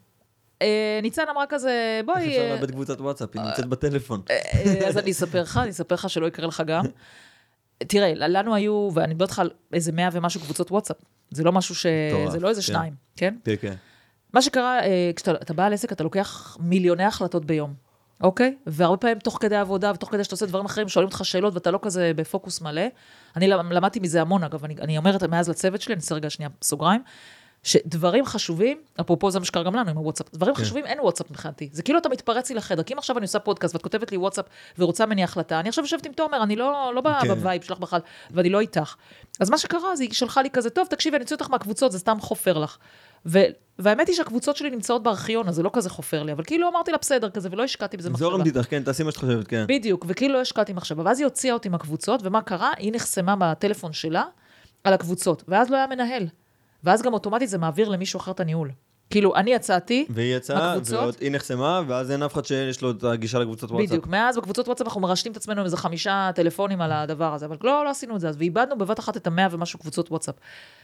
ניצן אמרה כזה, בואי... איך אפשר לאבד קבוצת וואטסאפ, היא נמצאת בטלפון. אז אני אספר לך, אני אספר לך שלא יקרה לך גם. תראה, לנו היו, ואני מדברת לך על איזה מאה ומשהו קבוצות וואטסאפ. זה לא משהו ש... זה לא איזה שניים, כן? כן, כן. מה שקרה, כשאתה בא על עסק, אתה לוקח מיליוני החלטות ביום, אוקיי? והרבה פעמים תוך כדי עבודה, ותוך כדי שאתה עושה דברים אחרים, שואלים אותך שאלות, ואתה לא כזה בפוקוס מלא. אני למדתי מזה המון, אגב, אני אומרת מאז לצוות שלי, אני אעשה רגע שנייה סוגריים, שדברים חשובים, אפרופו זה מה שקרה גם לנו עם הוואטסאפ, דברים חשובים אין וואטסאפ מבחינתי. זה כאילו אתה מתפרץ לי לחדר, כי אם עכשיו אני עושה פודקאסט ואת כותבת לי וואטסאפ ורוצה ממני החלטה, אני עכשיו יושבת עם תומר, אני לא בווייב שלך בכלל, ואני לא איתך. אז מה שקרה, זה היא שלחה לי כזה, טוב, תקשיבי, אני אצא אותך מהקבוצות, זה סתם חופר לך. והאמת היא שהקבוצות שלי נמצאות בארכיון, אז זה לא כזה חופר לי, אבל כאילו אמרתי לה בסדר כזה, ולא השקעתי בזה מחשבה. זורם דיתך, כן, תעשי מה שאת חושבת, כן. בדיוק, וכאילו לא השקעתי מחשבה. ואז היא הוציאה אותי מהקבוצות, ומה קרה? היא נחסמה בטלפון שלה על הקבוצות, ואז לא היה מנהל. ואז גם אוטומטית זה מעביר למישהו אחר את הניהול. כאילו, אני יצאתי, והיא יצאה, והיא נחסמה, ואז אין אף אחד שיש לו את הגישה לקבוצות וואטסאפ. בדיוק, מאז בקבוצות וואטסאפ אנחנו מרשתים את עצמנו עם איזה חמישה טלפונים על הדבר הזה, אבל לא, לא עשינו את זה, אז ואיבדנו בבת אחת את המאה ומשהו קבוצות וואטסאפ.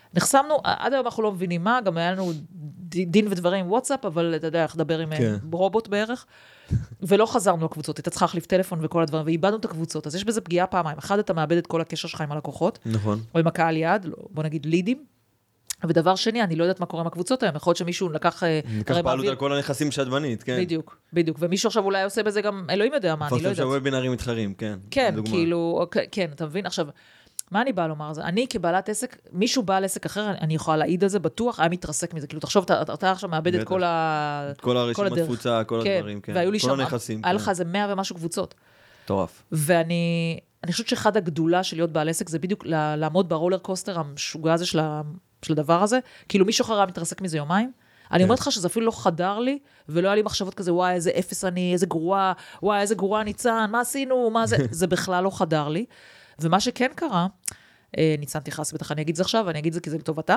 נחסמנו, עד היום אנחנו לא מבינים מה, גם היה לנו דין ודברים עם וואטסאפ, אבל אתה יודע, איך לדבר עם כן. רובוט בערך, ולא חזרנו לקבוצות, אתה צריך להחליף טלפון וכל הדברים, ואיבדנו את הקבוצות, אז יש בזה פגיעה פעמיים. אחד, אתה מאבד את כל הקשר שלך עם הלקוחות, נכון. או עם הקהל יעד, בוא נגיד לידים, ודבר שני, אני לא יודעת מה קורה עם הקבוצות היום, יכול להיות שמישהו לקח... לקח פעלות על כל הנכסים שאת בנית, כן. בדיוק, בדיוק, ומישהו עכשיו אולי עושה בזה גם, אלוהים יודע מה, אני לא יודעת. שהוובינרים מתחרים, כן. כן, כאילו, כן, אתה מבין? עכשיו, מה אני באה לומר? אני כבעלת עסק, מישהו בעל עסק אחר, אני יכולה להעיד על זה, בטוח, היה מתרסק מזה. כאילו, תחשוב, אתה עכשיו מאבד את כל ה... כל הרשימת תפוצה, כל הדברים, כן. והיו לי שם, היה לך איזה מאה ומשהו קבוצות. טורף. ואני, אני חושבת שאחד הגדולה של להיות בעל עסק, זה בדיוק לעמוד ברולר קוסטר המשוגע הזה של הדבר הזה. כאילו, מישהו אחר היה מתרסק מזה יומיים. אני אומרת לך שזה אפילו לא חדר לי, ולא היה לי מחשבות כזה, וואי, איזה אפס אני, איזה גרוע, וואי, איזה גרוע ניצן, מה עשינו, מה זה? זה בכלל לא חדר לי. ומה שכן קרה, ניצן תכעס, בטח אני אגיד זה עכשיו, ואני אגיד זה כי זה לטובתה,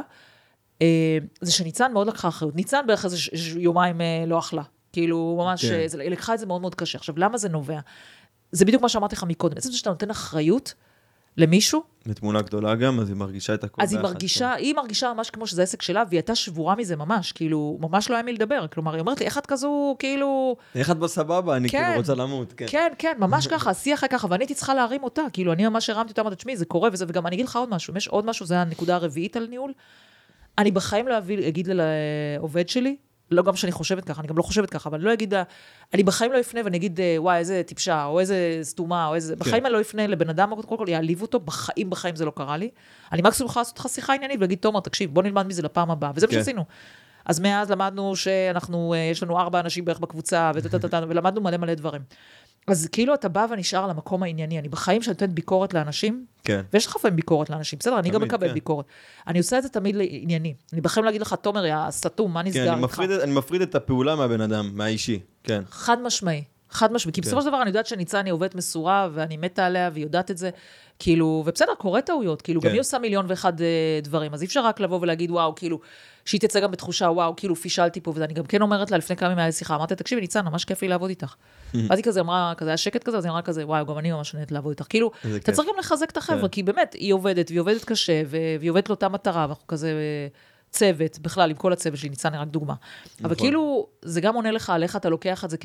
זה שניצן מאוד לקחה אחריות. ניצן בערך איזה יומיים לא אכלה. כאילו, ממש, היא לקחה את זה מאוד מאוד קשה. עכשיו, למה זה נובע? זה בדיוק מה שאמרתי לך מקודם. בעצם שאתה נותן אחריות למישהו. בתמונה גדולה גם, אז היא מרגישה את הכל. אז היא מרגישה, היא מרגישה ממש כמו שזה עסק שלה, והיא הייתה שבורה מזה ממש, כאילו, ממש לא היה מי לדבר. כלומר, היא אומרת לי, איך את כזו, כאילו... איך את בסבבה, אני כאילו רוצה למות, כן. כן, כן, ממש ככה, השיח היה ככה, ואני הייתי צריכה להרים אותה, כאילו, אני ממש הרמתי אותה, אמרתי, תשמעי, זה קורה וזה, וגם אני אגיד לך עוד משהו, יש עוד משהו, זה הנקודה הרביעית על ניהול. אני בחיים לא אגיד לעובד שלי, לא גם שאני חושבת ככה, אני גם לא חושבת ככה, אבל לא אגיד, אני בחיים לא אפנה ואני אגיד, וואי, איזה טיפשה, או איזה סתומה, או איזה, בחיים אני לא אפנה לבן אדם, קודם כל יעליב אותו, בחיים, בחיים זה לא קרה לי. אני מקסימום יכולה לעשות לך שיחה עניינית, ולהגיד, תומר, תקשיב, בוא נלמד מזה לפעם הבאה, וזה מה שעשינו. אז מאז למדנו שאנחנו, יש לנו ארבע אנשים בערך בקבוצה, ולמדנו מלא מלא דברים. אז כאילו אתה בא ונשאר למקום הענייני, אני בחיים שאני נותנת ביקורת לאנשים, כן. ויש לך פעמים ביקורת לאנשים, בסדר, אני גם מקבל ביקורת. אני עושה את זה תמיד לענייני. אני בחיים להגיד לך, תומר, יא סתום, מה נסגר איתך? אני מפריד את הפעולה מהבן אדם, מהאישי, כן. חד משמעי, חד משמעי. כי בסופו של דבר אני יודעת שניצן היא עובדת מסורה, ואני מתה עליה, והיא יודעת את זה, כאילו, ובסדר, קורה טעויות, כאילו, גם היא עושה מיליון ואחד דברים, אז אי אפשר רק לבוא ולהגיד, וואו, כאילו, שהיא תצא גם בתחושה, וואו, כאילו, פישלתי פה, ואני גם כן אומרת לה, לפני כמה ימים היה לי שיחה, אמרתי, תקשיבי, ניצן, ממש כיף לי לעבוד איתך. ואז היא כזה אמרה, כזה היה שקט כזה, אז היא אמרה כזה, וואו, גם אני ממש נהנית לעבוד איתך. כאילו, אתה צריך גם לחזק את החבר'ה, כי באמת, היא עובדת, והיא עובדת קשה, והיא עובדת לאותה מטרה, ואנחנו כזה צוות, בכלל, עם כל הצוות שלי, ניצן רק דוגמה. אבל כאילו, זה גם עונה לך על איך אתה לוקח את זה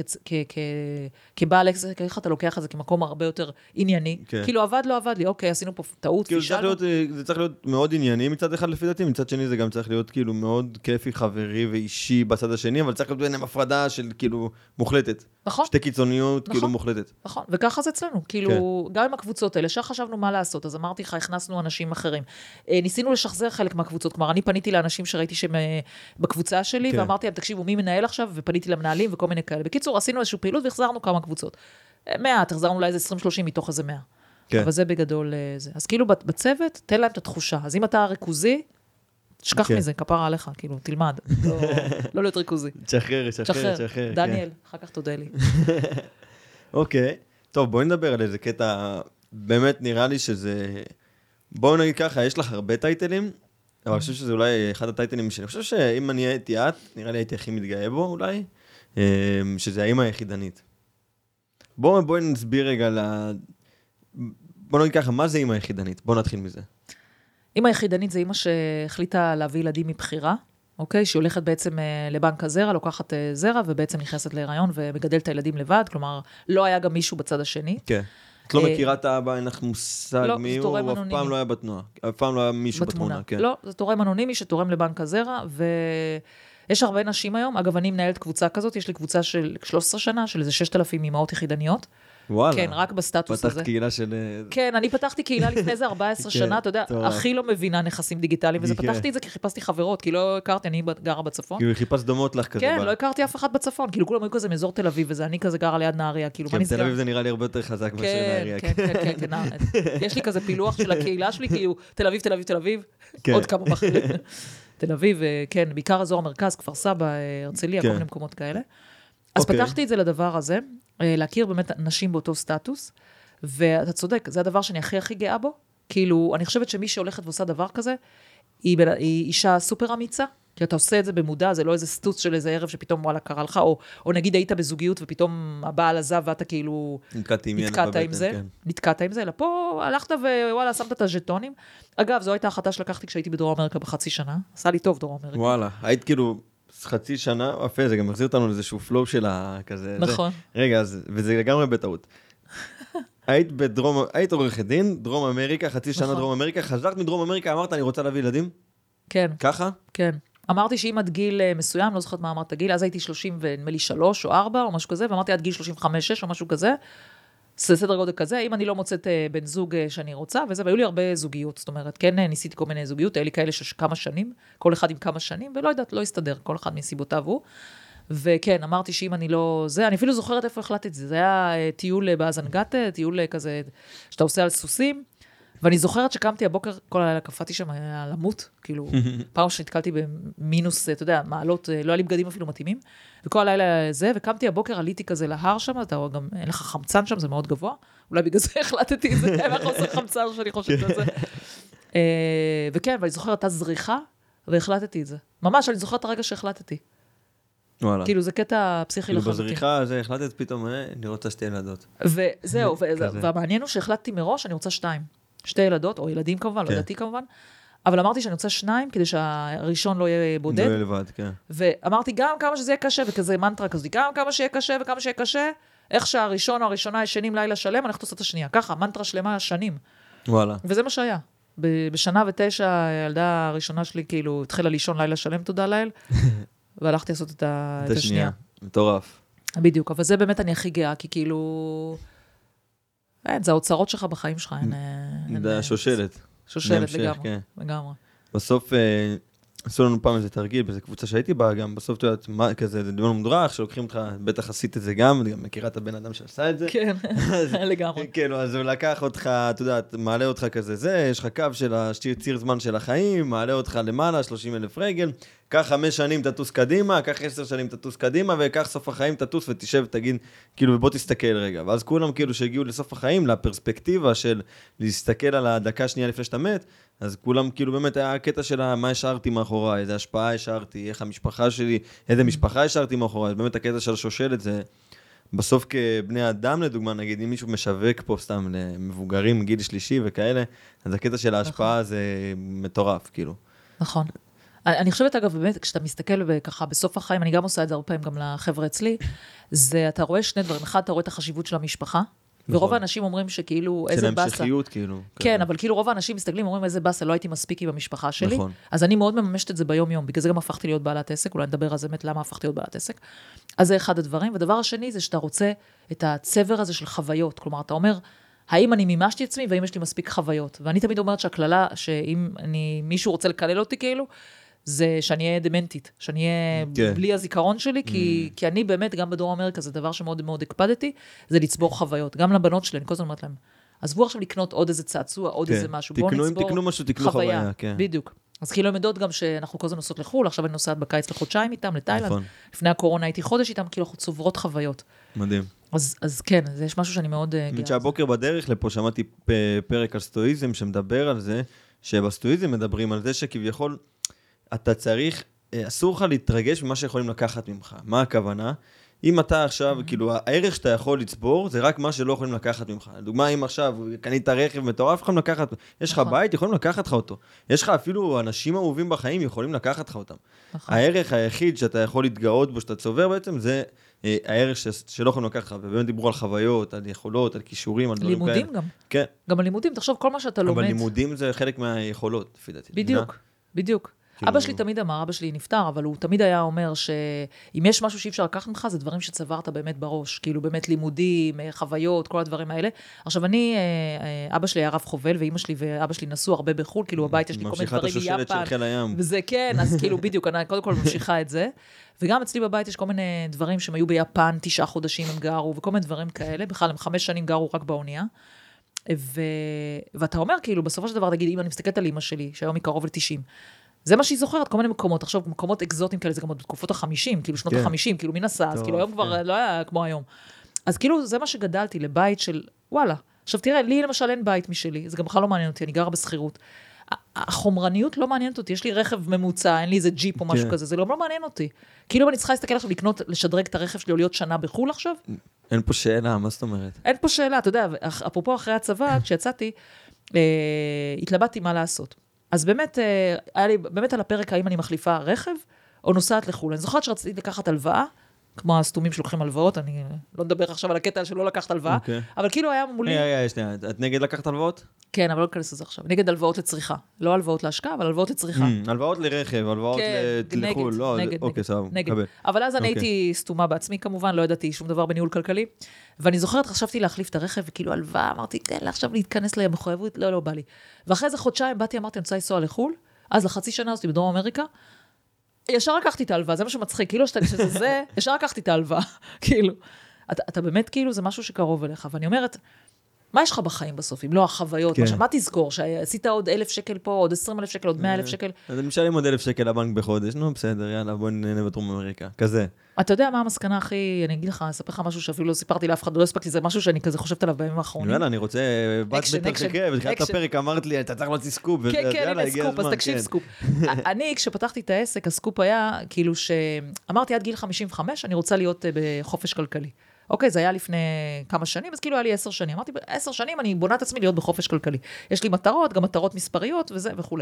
כבעל עסק, איך אתה לוקח את זה כמקום הרבה יותר ענייני. כאילו, עבד, לא עבד לי, אוקיי, עשינו פה טעות, פישלנו. זה צריך להיות מאוד ענייני מצד אחד לפי דעתי, מצד שני זה גם צריך להיות כאילו מאוד כיפי, חברי ואישי בצד השני, אבל צריך להיות ביניהם הפרדה של כאילו מוחלטת. נכון. שתי קיצוניות כאילו מוחלטת. נכון, וככה זה אצלנו. כאילו, גם עם הקבוצות האלה, שחשבנו מה לעשות, אז אמרתי לך, הכנסנו אנשים אחרים. ניסינו לשחזר חלק מהקבוצות, כלומר, אני פניתי לאנשים שראיתי שהם בקבוצה שלי, ואמרתי להם, תקשיבו, מי מנהל עכשיו? ופניתי למנהלים וכל מיני כאלה. בקיצור, עשינו איזושהי פעילות והחזרנו כמה קבוצות. מעט, החזרנו לאיזה עשרים שלושים מתוך איזה מאה. אבל זה בגדול זה. אז כאילו, בצוות, תן להם את התחושה. אז אם אתה ריכוזי, תשכח מזה, כפרה עליך, כאילו, תלמד. לא להיות ריכוזי. תשחרר, תשחרר, תשחרר. דניאל, אחר כך תודה לי. אוקיי. טוב, בואי נדבר על איזה קטע. באמת נראה לי שזה... בואו נגיד ככה, יש לך הרבה טייטלים, אבל אני חושב שזה אולי אחד הטייטלים שאני חושב שאם אני הייתי את, נראה לי הייתי הכי מתגאה בו אולי, שזה האמא היחידנית. בואו בוא נסביר רגע ל... בואו נגיד ככה, מה זה אמא היחידנית? בואו נתחיל מזה. אמא היחידנית זה אמא שהחליטה להביא ילדים מבחירה, אוקיי? שהיא הולכת בעצם לבנק הזרע, לוקחת זרע, ובעצם נכנסת להיריון ומגדלת את הילדים לבד, כלומר, לא היה גם מישהו בצד השני. כן. את לא מכירה את האבא, אין לך מושג מי הוא, אף פעם לא היה בתנועה. אף פעם לא היה מישהו בתמונה, כן. לא, זה תורם אנונימי שתורם לבנק הזרע, ויש הרבה נשים היום, אגב, אני מנהלת קבוצה כזאת, יש לי קבוצה של שלוש עשרה שנה, של איזה ששת אלפים אמהות יחידניות. וואלה. כן, רק בסטטוס הזה. פתחת קהילה של... כן, אני פתחתי קהילה לפני איזה ארבע עשרה שנה, אתה יודע, הכי לא מבינה נכסים דיגיטליים, וזה פתחתי את זה כי חיפשתי חברות, כי לא הכרתי, אני גרה בצפון. כאילו חיפש דומות לך כזה. כן, לא הכרתי אף אחד בצפון, כאילו כולם היו כזה מאזור תל אביב, וזה אני כזה גרה ליד נהריה, כאילו מה נסגר? תל אביב זה נראה לי הרבה יותר חזק מאשר נהריה. כן, כן, כן, כן. יש לי כזה פילוח של הקהילה שלי, כאילו תל אביב, תל אביב, תל אביב, עוד כמה בחרים. תל אביב, כן, בעיקר אזור המרכז, כפר סבא, הרצליה, כל מיני מקומות כאלה. אז פתחתי את זה לדבר הזה, להכיר באמת נשים באותו סטטוס, ואתה צודק, זה הדבר שאני הכי הכי גאה בו, כאילו, אני חושבת שמי שהולכת ועושה דבר כזה, היא, היא אישה סופר אמיצה, כי אתה עושה את זה במודע, זה לא איזה סטוץ של איזה ערב שפתאום וואלה קרה לך, או, או נגיד היית בזוגיות ופתאום הבעל עזב ואתה כאילו... נתקעת עם נתקעת עם זה, כן. נתקעת עם זה, אלא פה הלכת ווואלה, שמת את הז'טונים. אגב, זו הייתה החלטה שלקחתי כשהייתי בדרום אמריקה בחצי שנה. עשה לי טוב דרום אמריקה. וואלה, היית כאילו חצי שנה, אפה, זה גם מחזיר אותנו לאיזשהו פלואו שלה כזה. נכון. זה. רגע, אז, וזה לגמרי בטעות. היית בדרום, היית עורכת דין, דרום אמריקה, חצי שנה דרום אמריקה, חזרת מדרום אמריקה, אמרת, אני רוצה להביא ילדים? כן. ככה? כן. אמרתי שאם עד גיל מסוים, לא זוכרת מה אמרת גיל, אז הייתי שלושים ונדמה לי שלוש או ארבע או משהו כזה, ואמרתי עד גיל שלושים וחמש שש או משהו כזה, זה סדר גודל כזה, אם אני לא מוצאת בן זוג שאני רוצה, וזה, והיו לי הרבה זוגיות, זאת אומרת, כן, ניסיתי כל מיני זוגיות, היה לי כאלה של כמה שנים, כל אחד עם כמה שנים, ולא יודעת, לא הסתדר, כל אחד מסיבותיו הוא, וכן, אמרתי שאם אני לא, זה, אני אפילו זוכרת איפה החלטתי את זה, זה היה טיול באזנגטה, טיול כזה, שאתה עושה על סוסים, ואני זוכרת שקמתי הבוקר, כל הלילה קפאתי שם, היה למות, כאילו, פעם שנתקלתי במינוס, אתה יודע, מעלות, לא היה לי בגדים אפילו מתאימים, וכל הלילה זה, וקמתי הבוקר, עליתי כזה להר שם, אתה גם, אין לך חמצן שם, זה מאוד גבוה, אולי בגלל זה החלטתי את זה, היה לך עושה חמצן שאני חושבת על זה. וכן, ואני זוכרת, הייתה זריחה, והחלטתי את זה. ממש, אני זוכרת הרגע שהחלטתי. וואלה. כאילו, זה קטע פסיכי לחלוטין. כאילו, בזריחה הזה החלטת פתאום, אני רוצה שתי ילדות. וזהו, והמעניין הוא שהחלטתי מראש, אני רוצה שתיים. שתי ילדות, או ילדים כמובן, לא ידעתי כמובן, אבל אמרתי שאני רוצה שניים, כדי שהראשון לא יהיה בודד. לא יהיה לבד, כן. ואמרתי גם כמה שזה יהיה קשה, וכזה מנטרה כזאת, גם כמה שיהיה קשה וכמה שיהיה קשה, איך שהראשון או הראשונה ישנים לילה שלם, אנחנו עושה את השנייה. ככה, מנטרה שלמה שנים. וואלה. וזה מה שהיה. בשנה ותשע, הילדה הראשונה שלי, כאילו, התחילה לישון לילה שלם, תודה לאל, והלכתי לעשות את השנייה. מטורף. בדיוק, אבל זה באמת אני הכי גאה, כי כאילו... אין, זה האוצרות שלך בחיים שלך. זה השושלת. שושלת לגמרי, לגמרי. בסוף, עשו לנו פעם איזה תרגיל, באיזה קבוצה שהייתי בה, גם בסוף, אתה יודעת, כזה, זה דיון מודרך, שלוקחים אותך, בטח עשית את זה גם, גם מכירה את הבן אדם שעשה את זה. כן, לגמרי. כן, אז הוא לקח אותך, אתה יודעת, מעלה אותך כזה זה, יש לך קו של הציר זמן של החיים, מעלה אותך למעלה, שלושים אלף רגל, קח חמש שנים תטוס קדימה, קח עשר שנים תטוס קדימה, וקח סוף החיים תטוס ותשב ותגיד, כאילו, ובוא תסתכל רגע. ואז כולם כאילו שהגיעו לסוף החיים, לפרספקטיבה של להסתכל על הדקה שנייה לפני שאתה מת, אז כולם כאילו באמת היה הקטע של מה השארתי מאחוריי, איזה השפעה השארתי, איך המשפחה שלי, איזה משפחה השארתי מאחוריי, אז באמת הקטע של השושלת זה, בסוף כבני אדם לדוגמה, נגיד, אם מישהו משווק פה סתם למבוגרים, גיל שלישי וכאלה, אז הקטע של ההשפעה זה מטורף, כאילו. נכון. אני חושבת, אגב, באמת, כשאתה מסתכל ככה בסוף החיים, אני גם עושה את זה הרבה פעמים גם לחבר'ה אצלי, זה, אתה רואה שני דברים. אחד, אתה רואה את החשיבות של המשפחה, ורוב האנשים אומרים שכאילו, איזה באסה. של המשכיות, כאילו. כן, אבל כאילו רוב האנשים מסתכלים, אומרים, איזה באסה, לא הייתי מספיק עם המשפחה שלי. נכון. אז אני מאוד מממשת את זה ביום-יום, בגלל זה גם הפכתי להיות בעלת עסק, אולי נדבר על זה, באמת, למה הפכתי להיות בעלת עסק. אז זה אחד הדברים. ודבר השני, זה שאתה רוצה את הצבר הזה של חוויות. כלומר, אתה אומר, האם אני מימשתי עצמי, והאם יש לי מספיק חוויות. ואני תמיד אומרת שהכללה, שאם אני, מישהו רוצה לקלל אותי, כאילו, זה שאני אהיה דמנטית, שאני אהיה בלי הזיכרון שלי, כי, כי אני באמת, גם בדרום אמריקה, זה דבר שמאוד מאוד הקפדתי, זה לצבור חוויות. גם לבנות שלי, אני כל הזמן אומרת להם, עזבו עכשיו לקנות עוד איזה צעצוע, עוד איזה משהו, בואו נצבור תקנו משהו, תקנו חוויה. בדיוק. אז כאילו הם יודעות גם שאנחנו כל הזמן נוסעות לחול, עכשיו אני נוסעת בקיץ לחודשיים איתם, לתאילנד. לפני הקורונה הייתי חודש איתם, כאילו אנחנו צוברות חוויות. מדהים. אז, אז כן, זה יש משהו שאני מאוד גאה. שהבוקר בדרך לפה שמעתי פרק על סטואיזם שמדבר על זה, שבסטואיזם מדברים על זה שכביכול אתה צריך, אסור לך להתרגש ממה שיכולים לקחת ממך. מה הכוונה? אם אתה עכשיו, כאילו, הערך שאתה יכול לצבור, זה רק מה שלא יכולים לקחת ממך. לדוגמה, אם עכשיו קנית רכב מטורף, יכולים לקחת, יש לך בית, יכולים לקחת לך אותו. יש לך אפילו אנשים אהובים בחיים, יכולים לקחת לך אותם. הערך היחיד שאתה יכול להתגאות בו, שאתה צובר בעצם, זה הערך שלא יכולים לקחת לך. ובאמת דיברו על חוויות, על יכולות, על כישורים, על דברים כאלה. לימודים גם. כן. גם הלימודים, תחשוב, כל מה שאתה לומד. אבל לימודים זה חלק מהיכולות, לפי דעתי. בדיוק, בדיוק. אבא שלי תמיד אמר, אבא שלי נפטר, אבל הוא תמיד היה אומר שאם יש משהו שאי אפשר לקחת ממך, זה דברים שצברת באמת בראש, כאילו באמת לימודים, חוויות, כל הדברים האלה. עכשיו אני, אבא שלי היה רב חובל, ואמא שלי ואבא שלי נסעו הרבה בחול, כאילו הבית יש לי כל מיני דברים מיפן. וזה כן, אז כאילו בדיוק, אני קודם כל ממשיכה את זה. וגם אצלי בבית יש כל מיני דברים שהם היו ביפן, תשעה חודשים הם גרו, וכל מיני דברים כאלה, בכלל הם חמש שנים גרו רק באונייה. ו... ואתה אומר, כאילו, בסופו של דבר, תגיד, אם אני מסתכלת על אמא שלי, שהיום היא קרוב ל-תשעים, זה מה שהיא זוכרת, כל מיני מקומות, עכשיו, מקומות אקזוטיים כאלה, זה גם בתקופות ה-חמישים, כאילו שנות ה-חמישים, כאילו מי נסע, אז כאילו היום כבר לא היה כמו היום. אז כאילו זה מה שגדלתי לבית של, וואלה. עכשיו תראה, לי למשל אין בית משלי, זה גם בכלל לא מעניין אותי, אני גרה בסחירות. החומרניות לא מעניינת אותי, יש לי רכב ממוצע, אין לי איזה ג'יפ או משהו כזה, זה לא מעניין אותי. כאילו אני צריכה להסתכל עכשיו לקנות, לשדרג את הרכב שלי או להיות שנה בחול עכשיו? אין פה שאלה, מה זאת אומרת? אין פה שאלה, אתה יודע, אפרופו אחרי הצבא, כשיצאתי, התלבטתי מה לעשות. אז באמת, היה לי באמת על הפרק האם אני מחליפה רכב, או נוסעת לחול. אני זוכרת שרציתי לקחת הלוואה, כמו הסתומים שלוקחים הלוואות, אני לא מדבר עכשיו על הקטע שלא לקחת הלוואה, אבל כאילו היה מולי... היי, היי, שנייה, את נגד לקחת הלוואות? כן, אבל לא נכנס לזה עכשיו. נגד הלוואות לצריכה. לא הלוואות להשקעה, אבל הלוואות לצריכה. הלוואות לרכב, הלוואות לחול. לא, אוקיי, סבבה, נגד. אבל אז אני הייתי סתומה בעצמי כמובן, לא ידעתי שום דבר בניהול כלכלי, ואני זוכרת, חשבתי להחליף את הרכב, וכאילו הלוואה, אמרתי, תן לה עכשיו להתכנס למחויבות, לא, לא בא לי. ואחרי איזה חודשיים באתי, אמרתי, אני רוצה לנסוע לחול, אז לחצי שנה הזאת בדרום אמריקה, ישר לקחתי את ההלוואה, זה מה שמצחיק, כאילו שזה זה, ישר לקחתי את ההלוואה, כאילו. אתה, אתה באמת כאילו, זה משהו שקרוב אליך, ואני אומרת, מה יש לך בחיים בסוף, אם לא החוויות, מה, מה תזכור, שעשית עוד אלף שקל פה, עוד עשרים אלף שקל, עוד מאה אלף שקל? אז אני משלם עוד אלף שקל לבנק בחודש, נו בסדר, יאללה, בוא נהנה בדרום אמריקה, כזה. אתה יודע מה המסקנה הכי, אני אגיד לך, אספר לך משהו שאפילו לא סיפרתי לאף אחד, לא הספקתי, זה משהו שאני כזה חושבת עליו בימים האחרונים. יאללה, אני רוצה, בת בתרחיקה, בתחילת הפרק אמרת לי, אתה צריך להוציא סקופ, כן, כן, הנה סקופ, אז תקשיב סקופ. אני, כשפתחתי את העסק, הסקופ היה, כאילו שאמרתי עד גיל חמישים וחמש, אני רוצה להיות בחופש כלכלי. אוקיי, זה היה לפני כמה שנים, אז כאילו היה לי עשר שנים. אמרתי, עשר שנים אני בונה את עצמי להיות בחופש כלכלי. יש לי מטרות, גם מטרות מספריות וזה וכו'.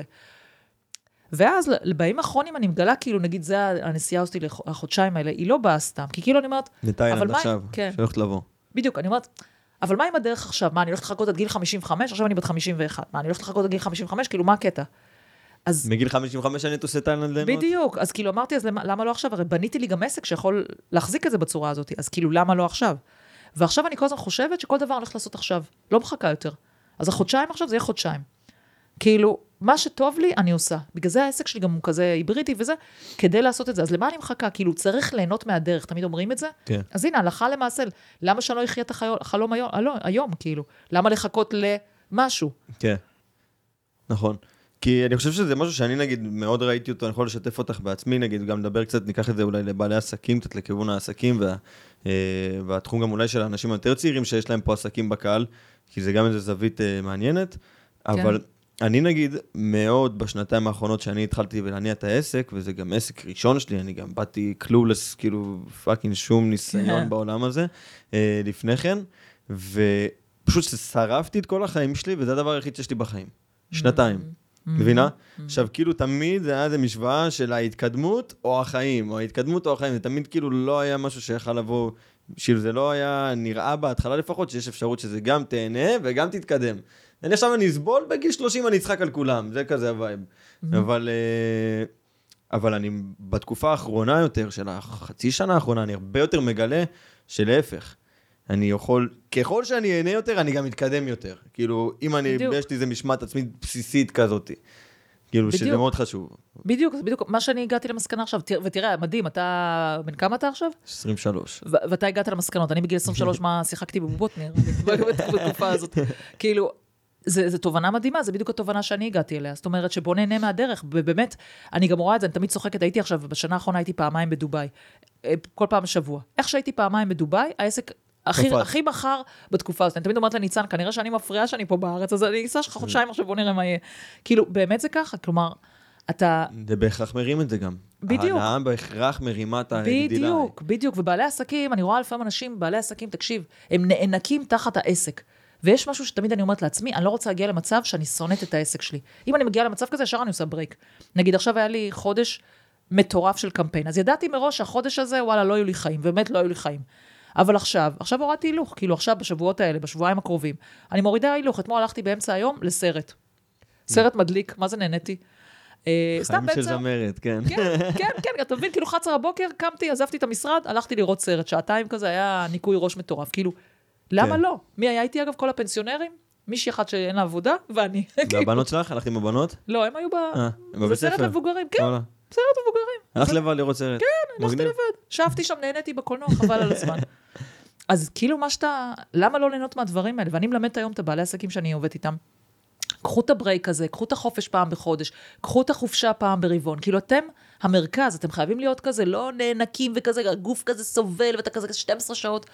ואז בימים האחרונים אני מגלה, כאילו, נגיד, זה הנסיעה עושה לי לחודשיים האלה, היא לא באה סתם, כי כאילו אני אומרת, נתאילנד עכשיו, שהולכת לבוא. בדיוק, אני אומרת, אבל מה עם הדרך עכשיו? מה, אני הולכת לחכות עד גיל חמישים וחמש? עכשיו אני בת חמישים ואחת. מה, אני הולכת לחכות עד גיל חמישים וחמש? כאילו, מה הקטע? אז... מגיל חמישים וחמש אני תעושה תאילנד ליהנות? בדיוק, אז כאילו אמרתי, אז למה, למה לא עכשיו? הרי בניתי לי גם עסק שיכול להחזיק את זה בצורה הזאת, אז כאילו, למה לא עכשיו? ועכשיו אני כל הזמן חושבת שכל דבר אני הולכת לעשות עכשיו, לא מחכה יותר. אז החודשיים עכשיו זה יהיה חודשיים. כאילו, מה שטוב לי, אני עושה. בגלל זה העסק שלי גם הוא כזה היברידי וזה, כדי לעשות את זה. אז למה אני מחכה? כאילו, צריך ליהנות מהדרך, תמיד אומרים את זה? כן. אז הנה, הלכה למעשה, למה שאני לא אחיה את החלום היום, היום, כאילו? למה לחכות למשהו? כן, נכון. כי אני חושב שזה משהו שאני נגיד מאוד ראיתי אותו, אני יכול לשתף אותך בעצמי, נגיד גם לדבר קצת, ניקח את זה אולי לבעלי עסקים, קצת לכיוון העסקים, וה, והתחום גם אולי של האנשים היותר צעירים שיש להם פה עסקים בקהל, כי זה גם איזו זווית מעניינת, אבל כן. אני נגיד מאוד בשנתיים האחרונות שאני התחלתי להניע את העסק, וזה גם עסק ראשון שלי, אני גם באתי קלולס, כאילו פאקינג שום ניסיון בעולם הזה, לפני כן, ופשוט ששרפתי את כל החיים שלי, וזה הדבר היחיד שיש לי בחיים. שנתיים. מבינה? עכשיו, כאילו, תמיד זה היה איזו משוואה של ההתקדמות או החיים, או ההתקדמות או החיים, זה תמיד כאילו לא היה משהו שיכל לבוא, כאילו זה לא היה נראה בהתחלה לפחות, שיש אפשרות שזה גם תהנה וגם תתקדם. אני עכשיו אני אסבול, בגיל שלושים אני אצחק על כולם, זה כזה הווייב. אבל, אבל אני בתקופה האחרונה יותר, של החצי שנה האחרונה, אני הרבה יותר מגלה שלהפך. אני יכול, ככל שאני אהנה יותר, אני גם מתקדם יותר. כאילו, אם אני, יש לי איזה משמעת עצמית בסיסית כזאת. כאילו, שזה מאוד חשוב. בדיוק, בדיוק. מה שאני הגעתי למסקנה עכשיו, ותראה, מדהים, אתה, בן כמה אתה עכשיו? עשרים ושלוש. ואתה הגעת למסקנות. אני בגיל עשרים ושלוש, מה שיחקתי בבובות ניר, בתקופה הזאת. כאילו, זה תובנה מדהימה, זה בדיוק התובנה שאני הגעתי אליה. זאת אומרת, שבוא נהנה מהדרך. ובאמת, אני גם רואה את זה, אני תמיד צוחקת, הייתי עכשיו, בשנה האחרונה הייתי פעמיים בדוביי. כל פעם בשבוע. איך שהייתי פעמיים בדוביי, העסק הכי, הכי מחר בתקופה הזאת. אני תמיד אומרת לניצן, כנראה שאני מפריעה שאני פה בארץ, אז אני אעשה שלך חודשיים עכשיו, בוא נראה מה יהיה. כאילו, באמת זה ככה, כלומר, אתה... זה בהכרח מרים את זה גם. בדיוק. ההנאה בהכרח מרימה את הגדילה. בדיוק, בדיוק. ובעלי עסקים, אני רואה לפעמים אנשים, בעלי עסקים, תקשיב, הם נאנקים תחת העסק. ויש משהו שתמיד אני אומרת לעצמי, אני לא רוצה להגיע למצב שאני שונאת את העסק שלי. אם אני מגיעה למצב כזה, ישר אני עושה ברייק. נגיד, עכשיו היה לי חודש מטורף של קמפיין. אז ידעתי מראש שהחודש הזה, וואלה, לא היו לי חיים, באמת לא היו לי חיים. אבל עכשיו, עכשיו הורדתי הילוך, כאילו עכשיו בשבועות האלה, בשבועיים הקרובים, אני מורידה הילוך, אתמול הלכתי באמצע היום לסרט. סרט מדליק, מה זה נהניתי? חיים של זמרת, כן. כן, כן, כן, אתה מבין, כאילו אחת עשרה בבוקר, קמתי, עזבתי את המשרד, הלכתי לראות סרט, שעתיים כזה, היה ניקוי ראש מטורף, כאילו, למה לא? מי היה איתי אגב? כל הפנסיונרים? מישהי אחת שאין לה עבודה, ואני. והבנות שלך? הלכת עם הבנות? לא, הם היו ב... זה סרט מבוגרים, כן. סרט מבוגרים. הלכת לבד לראות סרט. כן, הלכתי לבד. שבתי שם, נהניתי בקולנוע, חבל על הזמן. אז כאילו מה שאתה, למה לא ליהנות מהדברים האלה? ואני מלמדת היום את הבעלי עסקים שאני עובדת איתם. קחו את הברייק הזה, קחו את החופש פעם בחודש, קחו את החופשה פעם ברבעון. כאילו אתם המרכז, אתם חייבים להיות כזה, לא נאנקים וכזה, גוף כזה סובל, ואתה כזה שתים עשרה שעות.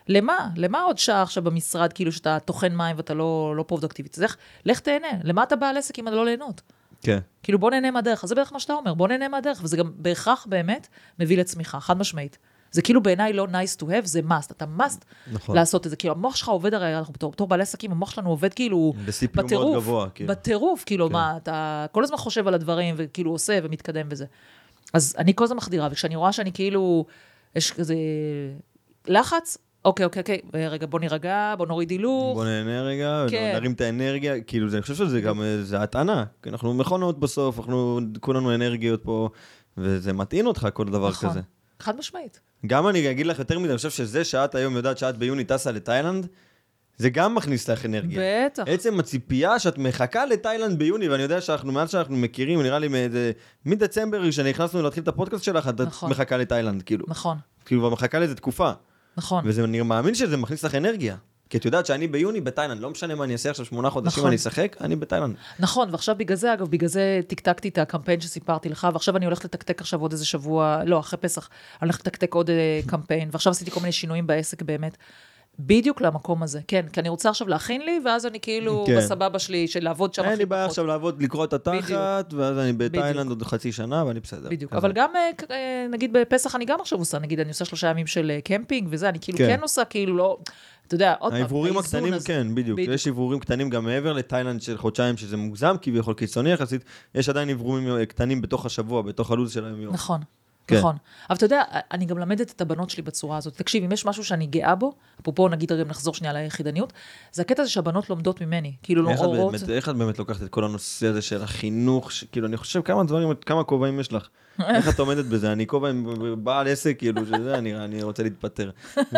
למה? למה עוד שעה עכשיו במשרד, כאילו שאתה תוכן מים ואתה לא, לא פרודקטיבית? אז לך, לך תהנה. למה אתה בעל עסק אם אתה לא ליהנות? כן. כאילו בוא נהנה מהדרך. אז זה בערך מה שאתה אומר, בוא נהנה מהדרך, וזה גם בהכרח באמת מביא לצמיחה, חד משמעית. זה כאילו בעיניי לא nice to have, זה must. אתה must נכון. לעשות את זה. כאילו המוח שלך עובד, הרי אנחנו בתור, בתור בעלי עסקים, המוח שלנו עובד כאילו בטירוף, גבוה, כאילו. בטירוף, כאילו כן. מה, אתה כל הזמן חושב על הדברים, וכאילו עושה ומתקדם וזה. אז אני כל הזמן מחדירה, וכשאני רואה שאני כאילו, יש כזה לחץ, אוקיי, אוקיי, אוקיי, רגע, בוא נירגע, בוא נוריד הילוך. בוא נהנה רגע, כן. נרים את האנרגיה, כאילו, אני חושב שזה גם, זה הטענה, אנחנו מכונות בסוף, אנחנו, כולנו אנרגיות פה, וזה מתאים אותך כל דבר נכון. כזה. חד משמעית. גם אני אגיד לך יותר מדי, אני חושב שזה שאת היום יודעת שאת ביוני טסה לתאילנד, זה גם מכניס לך אנרגיה. בטח. עצם הציפייה שאת מחכה לתאילנד ביוני, ואני יודע שאנחנו, מאז שאנחנו מכירים, נראה לי מדצמבר, כשנכנסנו להתחיל את הפודקאסט שלך, את נכון. מחכה לתאילנד, כאילו. נכון. כאילו, מחכה לזה תקופה. נכון. ואני מאמין שזה מכניס לך אנרגיה. כי את יודעת שאני ביוני בתאילנד, לא משנה מה אני אעשה עכשיו שמונה חודשים, נכון. אני אשחק, אני בתאילנד. נכון, ועכשיו בגלל זה, אגב, בגלל זה תקתקתי את הקמפיין שסיפרתי לך, ועכשיו אני הולכת לתקתק עכשיו עוד איזה שבוע, לא, אחרי פסח, אני הולכת לתקתק עוד קמפיין, ועכשיו עשיתי כל מיני שינויים בעסק באמת, בדיוק למקום הזה, כן, כי אני רוצה עכשיו להכין לי, ואז אני כאילו כן. בסבבה שלי, של לעבוד שם. אין לי בעיה עכשיו לעבוד, לקרוא את התחת, ואז אני בתאילנד עוד חצי שנה, ואני בסדר. בדיוק, אבל גם, נגיד בפסח אני גם עכשיו עושה, נגיד אני עושה שלושה ימים של קמפינג וזה, אני כאילו כן עושה, כאילו לא, אתה יודע, עוד פעם, העיבורים הקטנים, כן, בדיוק. יש עיבורים קטנים גם מעבר לתאילנד של חודשיים, שזה מוגזם, כביכול קיצוני יחסית, יש עדיין עיבורים קטנים בתוך השבוע, בתוך הלו"ז של היום יום. נכון. נכון. אבל אתה יודע, אני גם למדת את הבנות שלי בצורה הזאת. תקשיב, אם יש משהו שאני גאה בו, אפרופו נגיד גם נחזור שנייה ליחידניות, זה הקטע הזה שהבנות לומדות ממני, כאילו לא אורות. איך את באמת לוקחת את כל הנושא הזה של החינוך, כאילו אני חושב כמה דברים, כמה כובעים יש לך. איך את עומדת בזה? אני כובע עם בעל עסק, כאילו שזה, אני רוצה להתפטר.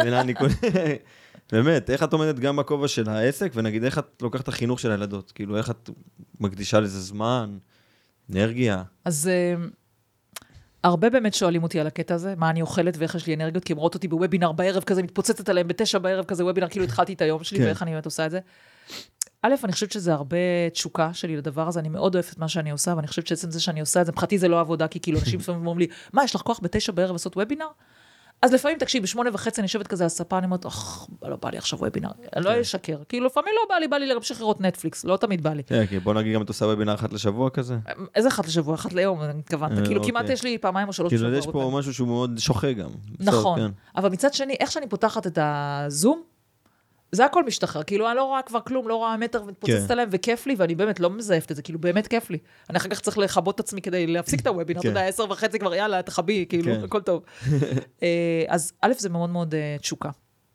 באמת, איך את עומדת גם בכובע של העסק, ונגיד איך את לוקחת את החינוך של הילדות? כאילו איך את מקדישה לזה זמן, אנרגיה? אז הרבה באמת שואלים אותי על הקטע הזה, מה אני אוכלת ואיך יש לי אנרגיות, כי הם רואות אותי בוובינר בערב כזה, מתפוצצת עליהם בתשע בערב כזה וובינר, כאילו התחלתי את היום שלי, ואיך אני באמת עושה את זה. א', אני חושבת שזה הרבה תשוקה שלי לדבר הזה, אני מאוד אוהבת מה שאני עושה, ואני חושבת שעצם זה שאני עושה את זה, מבחינתי זה לא עבודה, כי כאילו אנשים לפעמים אומרים לי, מה, יש לך כוח בתשע בערב לעשות וובינר? אז לפעמים, תקשיב, בשמונה וחצי אני יושבת כזה על הספה, אני אומרת, אוח, לא בא לי עכשיו וובינר, אני לא אשקר. כאילו, לפעמים לא בא לי, בא לי להמשיך לראות נטפליקס, לא תמיד בא לי. כן, כי בוא נגיד גם את עושה וובינר אחת לשבוע כזה. איזה אחת לשבוע, אחת ליום, אני מתכוונת. כאילו, כמעט יש לי פעמיים או שלוש שבוע. כאילו, יש פה משהו שהוא מאוד שוחה גם. נכון. אבל מצד שני, איך שאני פותחת את הזום, זה הכל משתחרר, כאילו אני לא רואה כבר כלום, לא רואה מטר ותפוצצת עליהם, וכיף לי, ואני באמת לא מזייפת את זה, כאילו באמת כיף לי. אני אחר כך צריך לחבות את עצמי כדי להפסיק את הוובינר, אתה יודע, עשר וחצי כבר, יאללה, תחבי, כאילו, הכל טוב. אז א', זה מאוד מאוד תשוקה.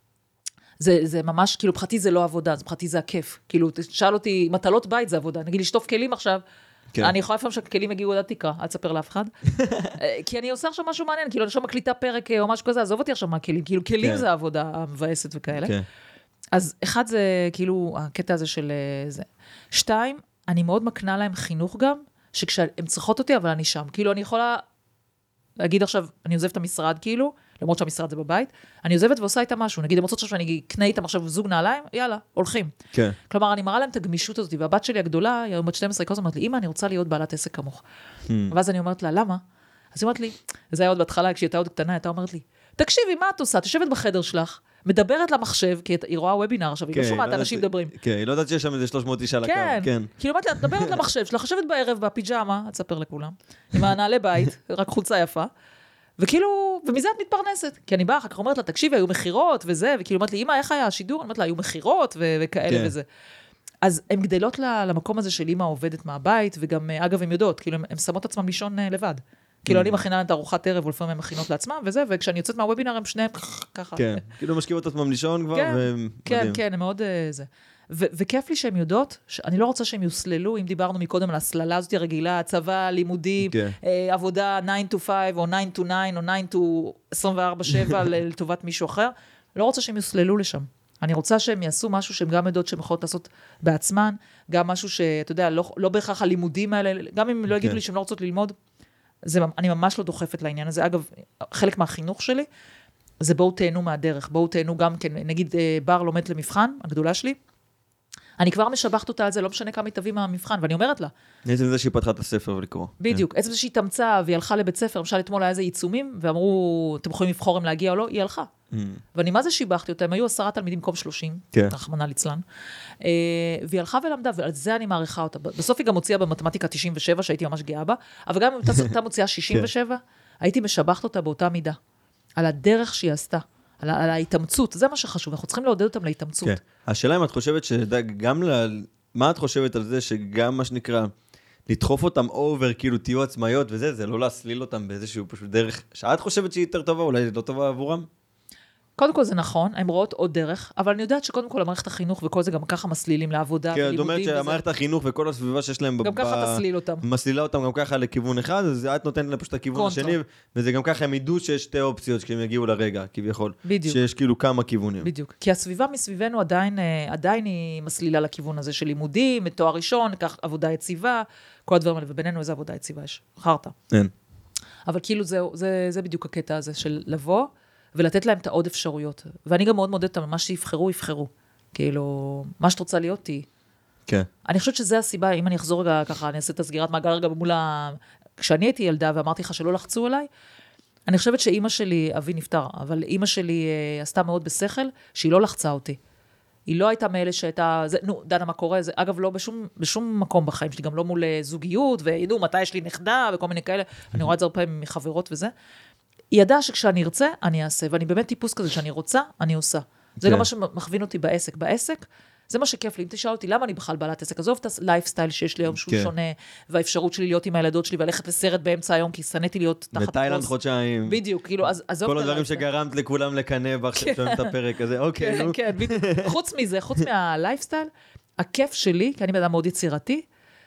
זה ממש, כאילו, מבחינתי זה לא עבודה, מבחינתי זה הכיף. כאילו, תשאל אותי, מטלות בית זה עבודה, נגיד, לשטוף כלים עכשיו, אני יכולה לפעמים שהכלים יגיעו עד תקרה, אל תספר לאף אחד. כי אני עושה עכשיו משהו מעניין, כאילו, אני עכשיו מקליטה פרק או משהו כזה, עזוב אותי עכשיו מהכלים, כאילו, כלים זה עבודה מבאסת וכאלה. אז אחד זה כאילו הקטע הזה של זה. שתיים, אני מאוד מקנה להם חינוך גם, שכשהן צריכות אותי, אבל אני שם. כאילו אני יכולה להגיד עכשיו, אני עוזבת את המשרד כאילו, למרות שהמשרד זה בבית, אני עוזבת ועושה איתה משהו. נגיד, הם רוצות עכשיו שאני אקנה איתם עכשיו זוג נעליים, יאללה, הולכים. כן. כלומר, אני מראה להם את הגמישות הזאת, והבת שלי הגדולה, היא בת שתים עשרה, כל הזמן אומרת לי, אמא, אני רוצה להיות בעלת עסק כמוך. Hmm. ואז אני אומרת לה, למה? אז היא אומרת לי, זה היה עוד בהתחלה, כשהיא הייתה עוד קטנה, הייתה אומרת לי, תקשיבי, מה את עושה? תשבת בחדר שלך, מדברת למחשב, כי היא רואה וובינר עכשיו, היא לא שומעת, אנשים מדברים. כן, היא לא יודעת שיש שם איזה שלוש מאות איש על הקו. כן, כאילו אמרת לה, את מדברת למחשב, שלה חשבת בערב בפיג'מה, אתספר לכולם, עם הנעלי בית, רק חולצה יפה, וכאילו, ומזה את מתפרנסת, כי אני באה, אחר כך אומרת לה, תקשיבי, היו מחירות וזה, וכאילו אמרת לי, אמא, איך היה השידור? אני אומרת לה, היו מחירות וכאלה וזה. אז הן גדלות למקום הזה של אמא עובדת מהבית, וגם, אגב, הן יודעות, כאילו, הן שמות עצמם לישון לבד. כאילו, אני מכינה את ארוחת ערב, ולפעמים הן מכינות לעצמם, וזה, וכשאני יוצאת מהוובינר, הם שניהם ככה. כן, כאילו משקיעות עצמם לישון כבר, ומדהים. כן, כן, הם מאוד זה. וכיף לי שהן יודעות, אני לא רוצה שהן יוסללו, אם דיברנו מקודם על הסללה הזאת הרגילה, צבא, לימודים, עבודה nine to five, או nine to nine, או nine to עשרים וארבע שבע, לטובת מישהו אחר, לא רוצה שהן יוסללו לשם. אני רוצה שהם יעשו משהו שהן גם יודעות שהן יכולות לעשות בעצמן, גם משהו שאתה יודע, לא בהכרח הלימודים האלה, גם אם לא יגידו לי שהן לא רוצות ללמוד, זה, אני ממש לא דוחפת לעניין הזה. אגב, חלק מהחינוך שלי, זה בואו תהנו מהדרך, בואו תהנו גם כן, נגיד בר לומד למבחן, הגדולה שלי, אני כבר משבחת אותה על זה, לא משנה כמה היא תביא מהמבחן, ואני אומרת לה. עצם זה שהיא פתחה את הספר ולקרוא. בדיוק, עצם זה שהיא תמצא, והיא הלכה לבית ספר, למשל אתמול היה איזה עיצומים, ואמרו, אתם יכולים לבחור אם להגיע או לא, היא הלכה. ואני מה זה שיבחתי אותה, הם היו עשרה תלמידים במקום שלושים, כן. רחמנא ליצלן, אה, והיא הלכה ולמדה, ועל זה אני מעריכה אותה. בסוף היא גם הוציאה במתמטיקה תשעים ושבע, שהייתי ממש גאה בה, אבל גם אם הייתה מוציאה שישים ושבע, הייתי משבחת אותה באותה מידה, על הדרך שהיא עשתה, על, על ההתאמצות, זה מה שחשוב, אנחנו צריכים לעודד אותם להתאמצות. כן. השאלה אם את חושבת שגם, ל... מה את חושבת על זה שגם מה שנקרא, לדחוף אותם אובר, כאילו תהיו עצמאיות וזה, זה לא להסליל אותם באיזשהו פשוט דרך, שאת חושבת שהיא יותר טובה, אולי לא טובה עבורם? קודם כל זה נכון, הן רואות עוד דרך, אבל אני יודעת שקודם כל המערכת החינוך וכל זה גם ככה מסלילים לעבודה ולימודים. כן, זאת אומרת שהמערכת החינוך וכל הסביבה שיש להם... גם ככה תסליל אותם. מסלילה אותם גם ככה לכיוון אחד, אז את נותנת להם פשוט הכיוון השני, וזה גם ככה הם ידעו שיש שתי אופציות כשהם יגיעו לרגע, כביכול. בדיוק. שיש כאילו כמה כיוונים. בדיוק. כי הסביבה מסביבנו עדיין, עדיין היא מסלילה לכיוון הזה של לימודים, תואר ראשון, כך עבודה יציבה, כל הדברים האלה, ובינינו איזה עבודה יציבה יש. חרטה. כן. אבל כאילו זה, זה, זה בדיוק הקטע הזה של לבוא ולתת להם את העוד אפשרויות. ואני גם מאוד מודדת על מה שיבחרו, יבחרו. כאילו, מה שאת רוצה להיות היא. כן. אני חושבת שזה הסיבה, אם אני אחזור רגע ככה, אני אעשה את הסגירת מעגל רגע מול ה... כשאני הייתי ילדה ואמרתי לך שלא לחצו עליי, אני חושבת שאימא שלי, אבי נפטר, אבל אימא שלי אה, עשתה מאוד בשכל, שהיא לא לחצה אותי. היא לא הייתה מאלה שהייתה, זה, נו, דנה, מה קורה? זה, אגב, לא בשום, בשום מקום בחיים שלי, גם לא מול זוגיות, וידעו מתי יש לי נכדה, וכל מיני כאלה, אני רואה את זה הרבה פעמים מחברות וזה. היא ידעה שכשאני ארצה, אני אעשה, ואני באמת טיפוס כזה, שאני רוצה, אני עושה. זה גם מה שמכווין אותי בעסק. בעסק, זה מה שכיף לי. אם תשאל אותי, למה אני בכלל בעלת עסק? עזוב את הלייפסטייל שיש לי היום שהוא שונה, והאפשרות שלי להיות עם הילדות שלי, וללכת לסרט באמצע היום, כי שנאתי להיות תחת בתאילנד חודשיים. בדיוק, כאילו, עזוב את הלייפסטייל. כל הדברים שגרמת לכולם לקנה, ועכשיו שומעים את הפרק הזה, אוקיי, נו. כן, חוץ מזה, חוץ מהלייפסטייל, הכיף שלי, כי אני בן אדם מאוד יצירתי,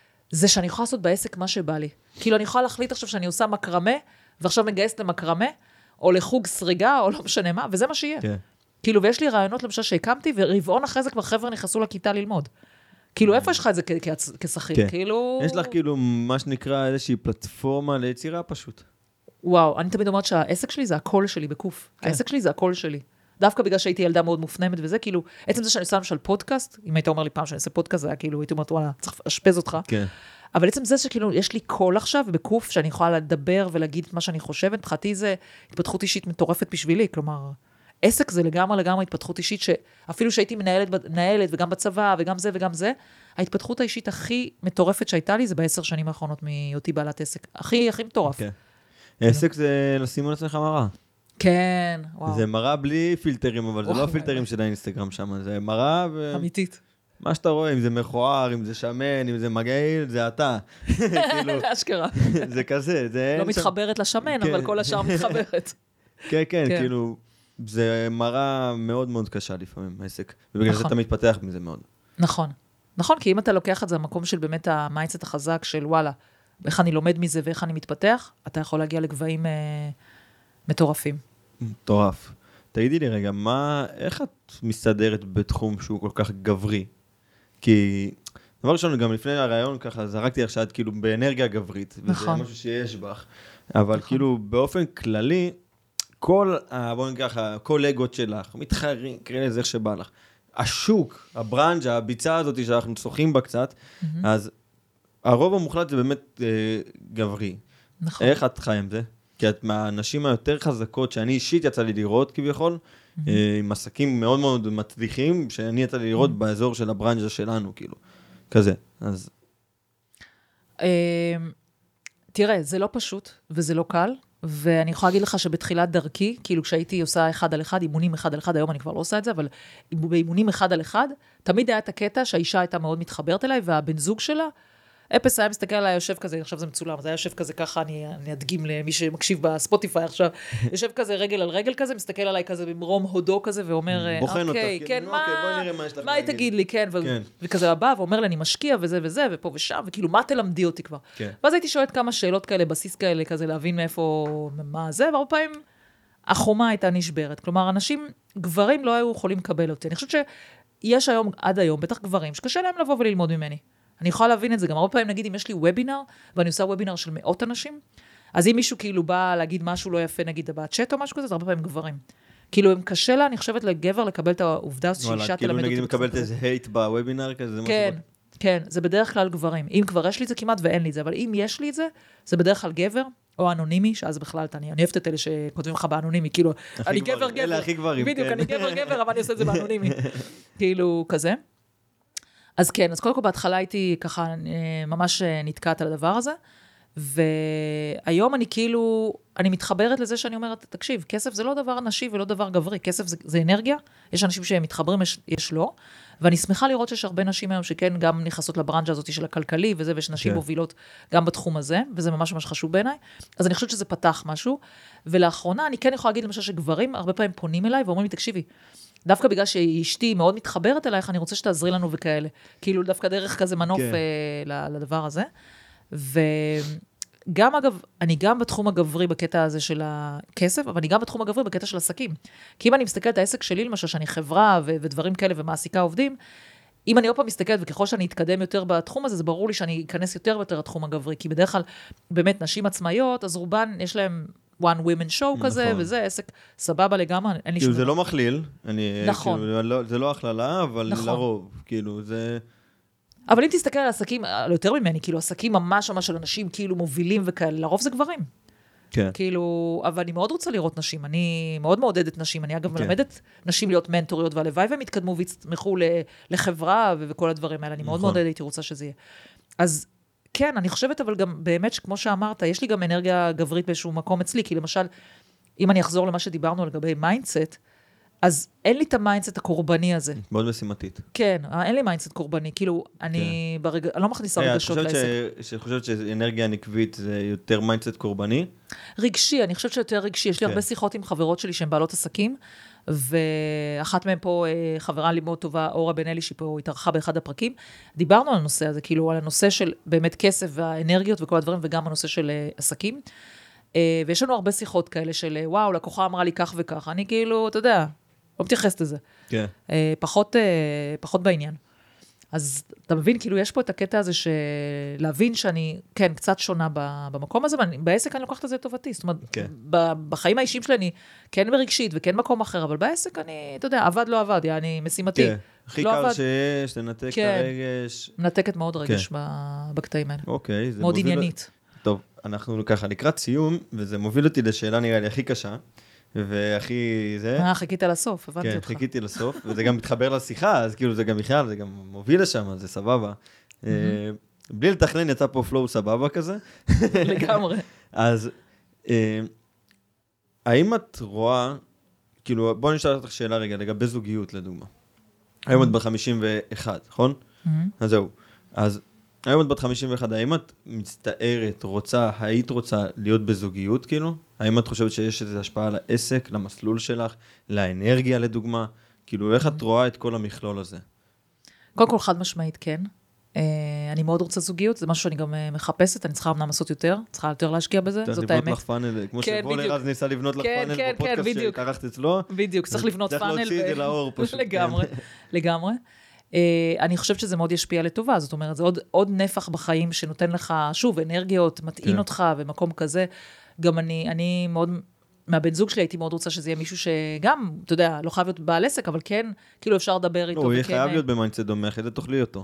זה שאני יכולה לעשות בעסק מה שבא לי. כאילו, אני יכולה להחליט עכשיו שאני עושה מקרמה, ועכשיו מגייסת למקרמה, או לחוג סריגה, או לא משנה מה, וזה מה שיהיה. כן. כאילו, ויש לי רעיונות למשל שהקמתי, ורבעון אחרי זה כבר חבר'ה נכנסו לכיתה ללמוד. כאילו, איפה יש לך את זה כשכיר? כאילו... יש לך כאילו, מה שנקרא, איזושהי פלטפורמה ליצירה פשוט. וואו, אני תמיד אומרת שהעסק שלי זה הקול שלי בקוף. העסק שלי זה הקול שלי. דווקא בגלל שהייתי ילדה מאוד מופנמת וזה, כאילו, עצם זה שאני עושה למשל פודקאסט, אם היית אומר לי פעם שאני אעשה פודקאסט, זה היה כאילו, הייתי אומרת, וואלה, צריך לאשפז אותך. כן. אבל עצם זה שכאילו, יש לי קול עכשיו בקוף, שאני יכולה לדבר ולהגיד את מה שאני חושבת, מבחינתי זה התפתחות אישית מטורפת בשבילי, כלומר, עסק זה לגמרי לגמרי התפתחות אישית, שאפילו שהייתי מנהלת, מנהלת וגם בצבא וגם זה וגם זה, ההתפתחות האישית הכי מטורפת שהייתה לי, זה בעשר שנים האחרונות מהיותי בעלת עסק. הכי, הכי מטורף. כן. עסק זה לשים על עצמך מראה. כן, וואו. זה מראה בלי פילטרים, אבל זה לא פילטרים של האינסטגרם שם, זה מראה ו... אמיתית. מה שאתה רואה, אם זה מכוער, אם זה שמן, אם זה מגעיל, זה אתה. אשכרה. זה כזה, זה... לא מתחברת לשמן, אבל כל השאר מתחברת. כן, כן, כאילו, זה מראה מאוד מאוד קשה לפעמים, העסק. ובגלל זה אתה מתפתח מזה מאוד. נכון. נכון, כי אם אתה לוקח את זה למקום של באמת המייצט החזק של וואלה, איך אני לומד מזה ואיך אני מתפתח, אתה יכול להגיע לגבהים מטורפים. מטורף. תגידי לי רגע, מה, איך את מסתדרת בתחום שהוא כל כך גברי? כי דבר ראשון, גם לפני הרעיון ככה, זרקתי לך שאת כאילו באנרגיה גברית, וזה משהו שיש בך, אבל כאילו באופן כללי, כל, בואו נגיד ככה, קולגות שלך, מתחרים, קריא לזה איך שבא לך, השוק, הברנג'ה, הביצה הזאת שאנחנו צוחים בה קצת, אז הרוב המוחלט זה באמת גברי. נכון. איך את חיה עם זה? כי את מהאנשים היותר חזקות שאני אישית יצא לי לראות כביכול, עם עסקים מאוד מאוד מצליחים, שאני יצא לי לראות באזור של הברנג'ה שלנו, כאילו, כזה. אז... תראה, זה לא פשוט, וזה לא קל, ואני יכולה להגיד לך שבתחילת דרכי, כאילו כשהייתי עושה אחד על אחד, אימונים אחד על אחד, היום אני כבר לא עושה את זה, אבל באימונים אחד על אחד, תמיד היה את הקטע שהאישה הייתה מאוד מתחברת אליי, והבן זוג שלה, אפס היה מסתכל עליי, יושב כזה, עכשיו זה מצולם, אז היה יושב כזה ככה, אני, אני אדגים למי שמקשיב בספוטיפיי עכשיו, יושב כזה רגל על רגל כזה, מסתכל עליי כזה במרום הודו כזה, ואומר, בוחן אוקיי, אותך, כן, נו, מה, אוקיי, בואי נראה מה יש לך מה היא להגיד. תגיד לי, כן, ו- כן. וכזה הבא, ואומר לי, אני משקיע וזה וזה, ופה ושם, וכאילו, מה תלמדי אותי כבר? כן. ואז הייתי שואלת כמה שאלות כאלה, בסיס כאלה, כזה להבין מאיפה, מה זה, והרבה פעמים החומה הייתה נשברת. כלומר, אנשים, גברים לא היו יכולים לקבל אותי. אני חושבת שיש היום, עד היום, בטח גברים, שקשה להם לבוא וללמוד ממני. אני יכולה להבין את זה, גם הרבה פעמים נגיד, אם יש לי וובינר, ואני עושה וובינר של מאות אנשים, אז אם מישהו כאילו בא להגיד משהו לא יפה, נגיד, בצ'אט או משהו כזה, זה הרבה פעמים גברים. כאילו, הם קשה לה, אני חושבת, לגבר לקבל את העובדה שאישה תלמד אותי. כאילו, נגיד, מקבלת איזה הייט בוובינר כזה, זה כן, כן, זה בדרך כלל גברים. אם כבר יש לי את זה כמעט ואין לי את זה, אבל אם יש לי את זה, זה בדרך כלל גבר, או אנונימי, שאז בכלל, אני אוהבת את אלה שכותבים לך באנונימי, כאילו, אני גבר גבר. אלה הכי גברים. בדיוק, אני גבר גבר, אבל אני עושה את זה באנונימי. כאילו, כזה. אז כן, אז קודם כל בהתחלה הייתי ככה ממש נתקעת על הדבר הזה, והיום אני כאילו, אני מתחברת לזה שאני אומרת, תקשיב, כסף זה לא דבר נשי ולא דבר גברי, כסף זה, זה אנרגיה, יש אנשים שהם מתחברים, יש, יש לא, ואני שמחה לראות שיש הרבה נשים היום שכן גם נכנסות לברנג'ה הזאת של הכלכלי וזה, ויש נשים okay. מובילות גם בתחום הזה, וזה ממש ממש חשוב בעיניי, אז אני חושבת שזה פתח משהו, ולאחרונה אני כן יכולה להגיד למשל שגברים הרבה פעמים פונים אליי ואומרים לי, תקשיבי, דווקא בגלל שאשתי מאוד מתחברת אלייך, אני רוצה שתעזרי לנו וכאלה, כאילו דווקא דרך כזה מנוף okay. לדבר הזה, וגם אגב, אני גם בתחום הגברי בקטע הזה של הכסף, אבל אני גם בתחום הגברי בקטע של עסקים. כי אם אני מסתכלת, העסק שלי למשל, שאני חברה ו- ודברים כאלה ומעסיקה עובדים, אם אני עוד פעם מסתכלת, וככל שאני אתקדם יותר בתחום הזה, זה ברור לי שאני אכנס יותר ויותר לתחום הגברי, כי בדרך כלל, באמת, נשים עצמאיות, אז רובן, יש להם one women show כזה, נכון. וזה עסק סבבה לגמרי, אין לי שום... זה לא מכליל, אני, נכון. כאילו, לא, זה לא הכללה, אבל נכון. לרוב, כאילו, זה... אבל אם תסתכל על עסקים, יותר ממני, כאילו, עסקים ממש ממש של אנשים, כאילו, מובילים וכאלה, לרוב זה גברים. כן. כאילו, אבל אני מאוד רוצה לראות נשים, אני מאוד מעודדת נשים, אני אגב כן. מלמדת נשים להיות מנטוריות, והלוואי והם יתקדמו ויצמחו לחברה וכל הדברים האלה, אני מאוד נכון. מעודדת, הייתי רוצה שזה יהיה. אז כן, אני חושבת, אבל גם באמת, שכמו שאמרת, יש לי גם אנרגיה גברית באיזשהו מקום אצלי, כי למשל, אם אני אחזור למה שדיברנו על גבי מיינדסט, אז אין לי את המיינדסט הקורבני הזה. מאוד משימתית. כן, אין לי מיינדסט קורבני, כאילו, אני ברגע, אני לא מכניסה רגשות לעסק. את חושבת שאנרגיה נקבית זה יותר מיינדסט קורבני? רגשי, אני חושבת שיותר רגשי. יש לי הרבה שיחות עם חברות שלי שהן בעלות עסקים, ואחת מהן פה, חברה לי מאוד טובה, אורה בן אלי, שהיא פה התארחה באחד הפרקים, דיברנו על הנושא הזה, כאילו, על הנושא של באמת כסף והאנרגיות וכל הדברים, וגם הנושא של עסקים. ויש לנו הרבה שיחות כאלה של, וואו, לקוחה אמרה לי כך וכך. אני כאילו, אתה יודע, לא מתייחסת לזה. כן. פחות, פחות בעניין. אז אתה מבין, כאילו, יש פה את הקטע הזה של להבין שאני, כן, קצת שונה במקום הזה, אבל בעסק אני לוקחת את זה לטובתי. זאת אומרת, כן. בחיים האישיים שלי אני כן ברגשית וכן מקום אחר, אבל בעסק אני, אתה יודע, עבד לא עבד, אני משימתי. כן. הכי קר שיש, תנתק את הרגש. מנתקת מאוד רגש בקטעים האלה. אוקיי. מאוד עניינית. טוב, אנחנו ככה לקראת סיום, וזה מוביל אותי לשאלה נראה לי הכי קשה. והכי זה... אה, חיכית לסוף, הבנתי אותך. כן, חיכיתי לסוף, וזה גם מתחבר לשיחה, אז כאילו זה גם בכלל, זה גם מוביל לשם, אז זה סבבה. בלי לתכנן יצא פה פלואו סבבה כזה. לגמרי. אז האם את רואה, כאילו, בוא נשאל אותך שאלה רגע, לגבי זוגיות לדוגמה. היום את בת חמישים ואחת, נכון? אז זהו. אז היום את בת חמישים ואחת, האם את מצטערת, רוצה, היית רוצה להיות בזוגיות, כאילו? האם את חושבת שיש איזו השפעה על העסק, למסלול שלך, לאנרגיה לדוגמה? כאילו, איך את רואה את כל המכלול הזה? קודם כל, חד משמעית, כן. אני מאוד רוצה זוגיות, זה משהו שאני גם מחפשת, אני צריכה אמנם לעשות יותר, צריכה יותר להשקיע בזה, זאת האמת. לבנות לך פאנל, כמו שוולר אז ניסה לבנות לך פאנל בפודקאסט שהתארחת אצלו. בדיוק, צריך לבנות פאנל. צריך להוציא את זה לאור פשוט. לגמרי, לגמרי. אני חושבת שזה מאוד ישפיע לטובה, זאת אומרת, זה עוד, עוד נפח בחיים שנותן לך, שוב, אנרגיות, מטעין אותך במקום כזה. גם אני, אני מאוד, מהבן זוג שלי הייתי מאוד רוצה שזה יהיה מישהו שגם, אתה יודע, לא חייב להיות בעל עסק, אבל כן, כאילו אפשר לדבר איתו. הוא יהיה חייב להיות במיינדסט דומה, אחרי זה תאכלי אותו.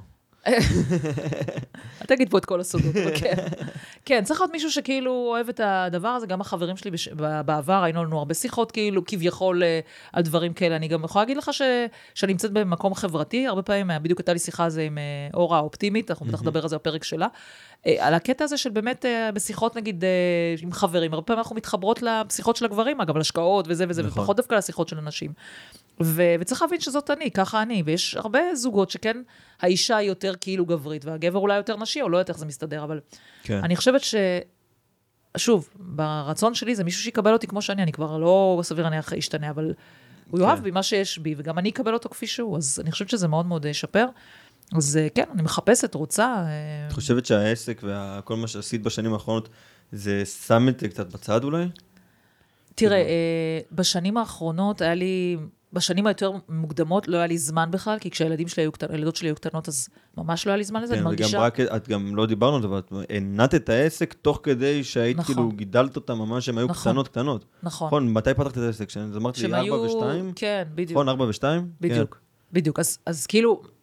אתה תגיד פה את כל הסודות, כן. כן, צריך להיות מישהו שכאילו אוהב את הדבר הזה, גם החברים שלי בעבר, היינו לנו הרבה שיחות כאילו, כביכול על דברים כאלה. אני גם יכולה להגיד לך שאני נמצאת במקום חברתי, הרבה פעמים, בדיוק הייתה לי שיחה הזה עם אורה האופטימית, אנחנו בטח נדבר על זה בפרק שלה, על הקטע הזה של באמת בשיחות, נגיד, עם חברים, הרבה פעמים אנחנו מתחברות לשיחות של הגברים, אגב, להשקעות וזה וזה, ופחות דווקא לשיחות של אנשים. ו- וצריך להבין שזאת אני, ככה אני, ויש הרבה זוגות שכן, האישה היא יותר כאילו גברית, והגבר אולי יותר נשי, או לא יודעת איך זה מסתדר, אבל כן. אני חושבת ש... שוב, ברצון שלי זה מישהו שיקבל אותי כמו שאני, אני כבר לא סביר, אני אשתנה, אבל הוא יאהב כן. בי מה שיש בי, וגם אני אקבל אותו כפי שהוא, אז אני חושבת שזה מאוד מאוד ישפר. אז כן, אני מחפשת, רוצה. את חושבת שהעסק וכל מה שעשית בשנים האחרונות, זה שם את זה קצת בצד אולי? תראה, בשנים האחרונות היה לי... בשנים היותר מוקדמות לא היה לי זמן בכלל, כי כשהילדים שלי היו קטנות, הילדות שלי היו קטנות, אז ממש לא היה לי זמן לזה, כן, אני מרגישה... וגם רק, את גם לא דיברנו על זה, אבל את ענת את העסק תוך כדי שהיית נכון. כאילו גידלת אותם ממש, הם היו נכון. קטנות קטנות. נכון. נכון, מתי פתחת את העסק? אז אמרת לי ארבע ושתיים? כן, בדיוק. נכון, ארבע ושתיים? בדיוק, כן. בדיוק. אז, אז כאילו,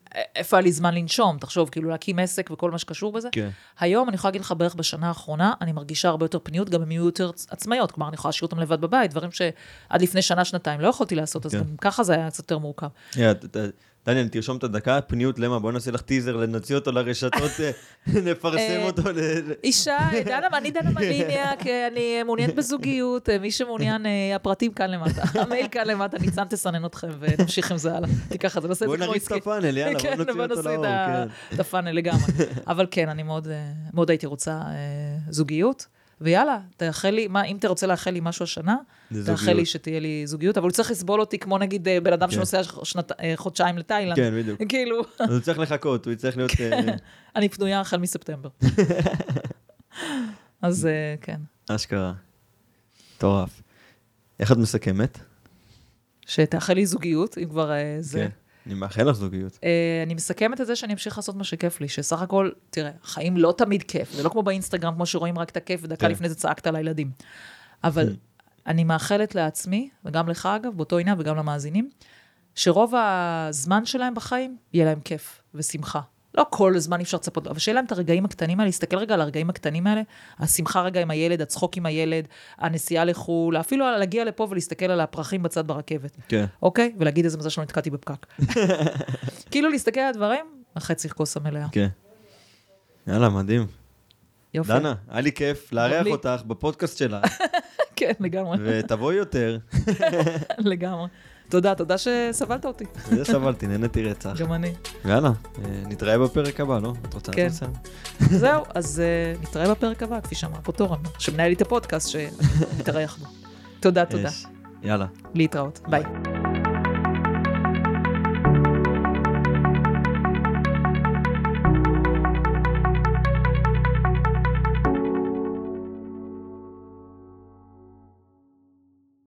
איפה היה לי זמן לנשום, תחשוב, כאילו להקים עסק וכל מה שקשור בזה. כן. היום אני יכולה להגיד לך בערך בשנה האחרונה, אני מרגישה הרבה יותר פניות, גם הם יהיו יותר עצמאיות, כלומר, אני יכולה להשאיר אותם לבד בבית, דברים שעד לפני שנה, שנתיים לא יכולתי לעשות, אז כן. גם ככה זה היה קצת יותר מורכב. דניאל, תרשום את הדקה, פניות למה, בוא נעשה לך טיזר, לנוציא אותו לרשתות, נפרסם אותו. אישה, אני דנה מליניה, כי אני מעוניינת בזוגיות, מי שמעוניין, הפרטים כאן למטה, המייל כאן למטה, ניצן תסנן אתכם, ונמשיך עם זה הלאה. תיקח את זה, נעשה את זה כמו עסקי. בוא נריץ את הפאנל, יאללה, בוא נוציא אותו לאור. את הפאנל לגמרי. אבל כן, אני מאוד הייתי רוצה זוגיות. ויאללה, תאחל לי, מה, אם אתה רוצה לאחל לי משהו השנה, תאחל לי שתהיה לי זוגיות, אבל הוא צריך לסבול אותי כמו נגיד בן אדם שנוסע חודשיים לתאילנד. כן, בדיוק. כאילו. אז הוא צריך לחכות, הוא צריך להיות... אני פנויה החל מספטמבר. אז כן. אשכרה. טורף. איך את מסכמת? שתאחל לי זוגיות, אם כבר זה. כן. אני מאחל לך זוגיות. אני מסכמת את זה שאני אמשיך לעשות מה שכיף לי, שסך הכל, תראה, החיים לא תמיד כיף, זה לא כמו באינסטגרם, כמו שרואים רק את הכיף, ודקה לפני זה צעקת על הילדים. אבל אני מאחלת לעצמי, וגם לך אגב, באותו עניין וגם למאזינים, שרוב הזמן שלהם בחיים, יהיה להם כיף ושמחה. לא כל הזמן אפשר לצפות, אבל שיהיה להם את הרגעים הקטנים האלה, להסתכל רגע על הרגעים הקטנים האלה, השמחה רגע עם הילד, הצחוק עם הילד, הנסיעה לחול, אפילו להגיע לפה ולהסתכל על הפרחים בצד ברכבת. כן. אוקיי? ולהגיד איזה מזל שלא נתקעתי בפקק. כאילו להסתכל על הדברים, החצי כוס המלאה. כן. יאללה, מדהים. יופי. דנה, היה לי כיף לארח אותך בפודקאסט שלה. כן, לגמרי. ותבואי יותר. לגמרי. תודה, תודה שסבלת אותי. זה סבלתי, נהניתי רצח. גם אני. יאללה, נתראה בפרק הבא, לא? את רוצה לסיים? זהו, אז נתראה בפרק הבא, כפי שאמר פה תורן, שמנהל לי את הפודקאסט שנתארח בו. תודה, תודה. יאללה. להתראות, ביי.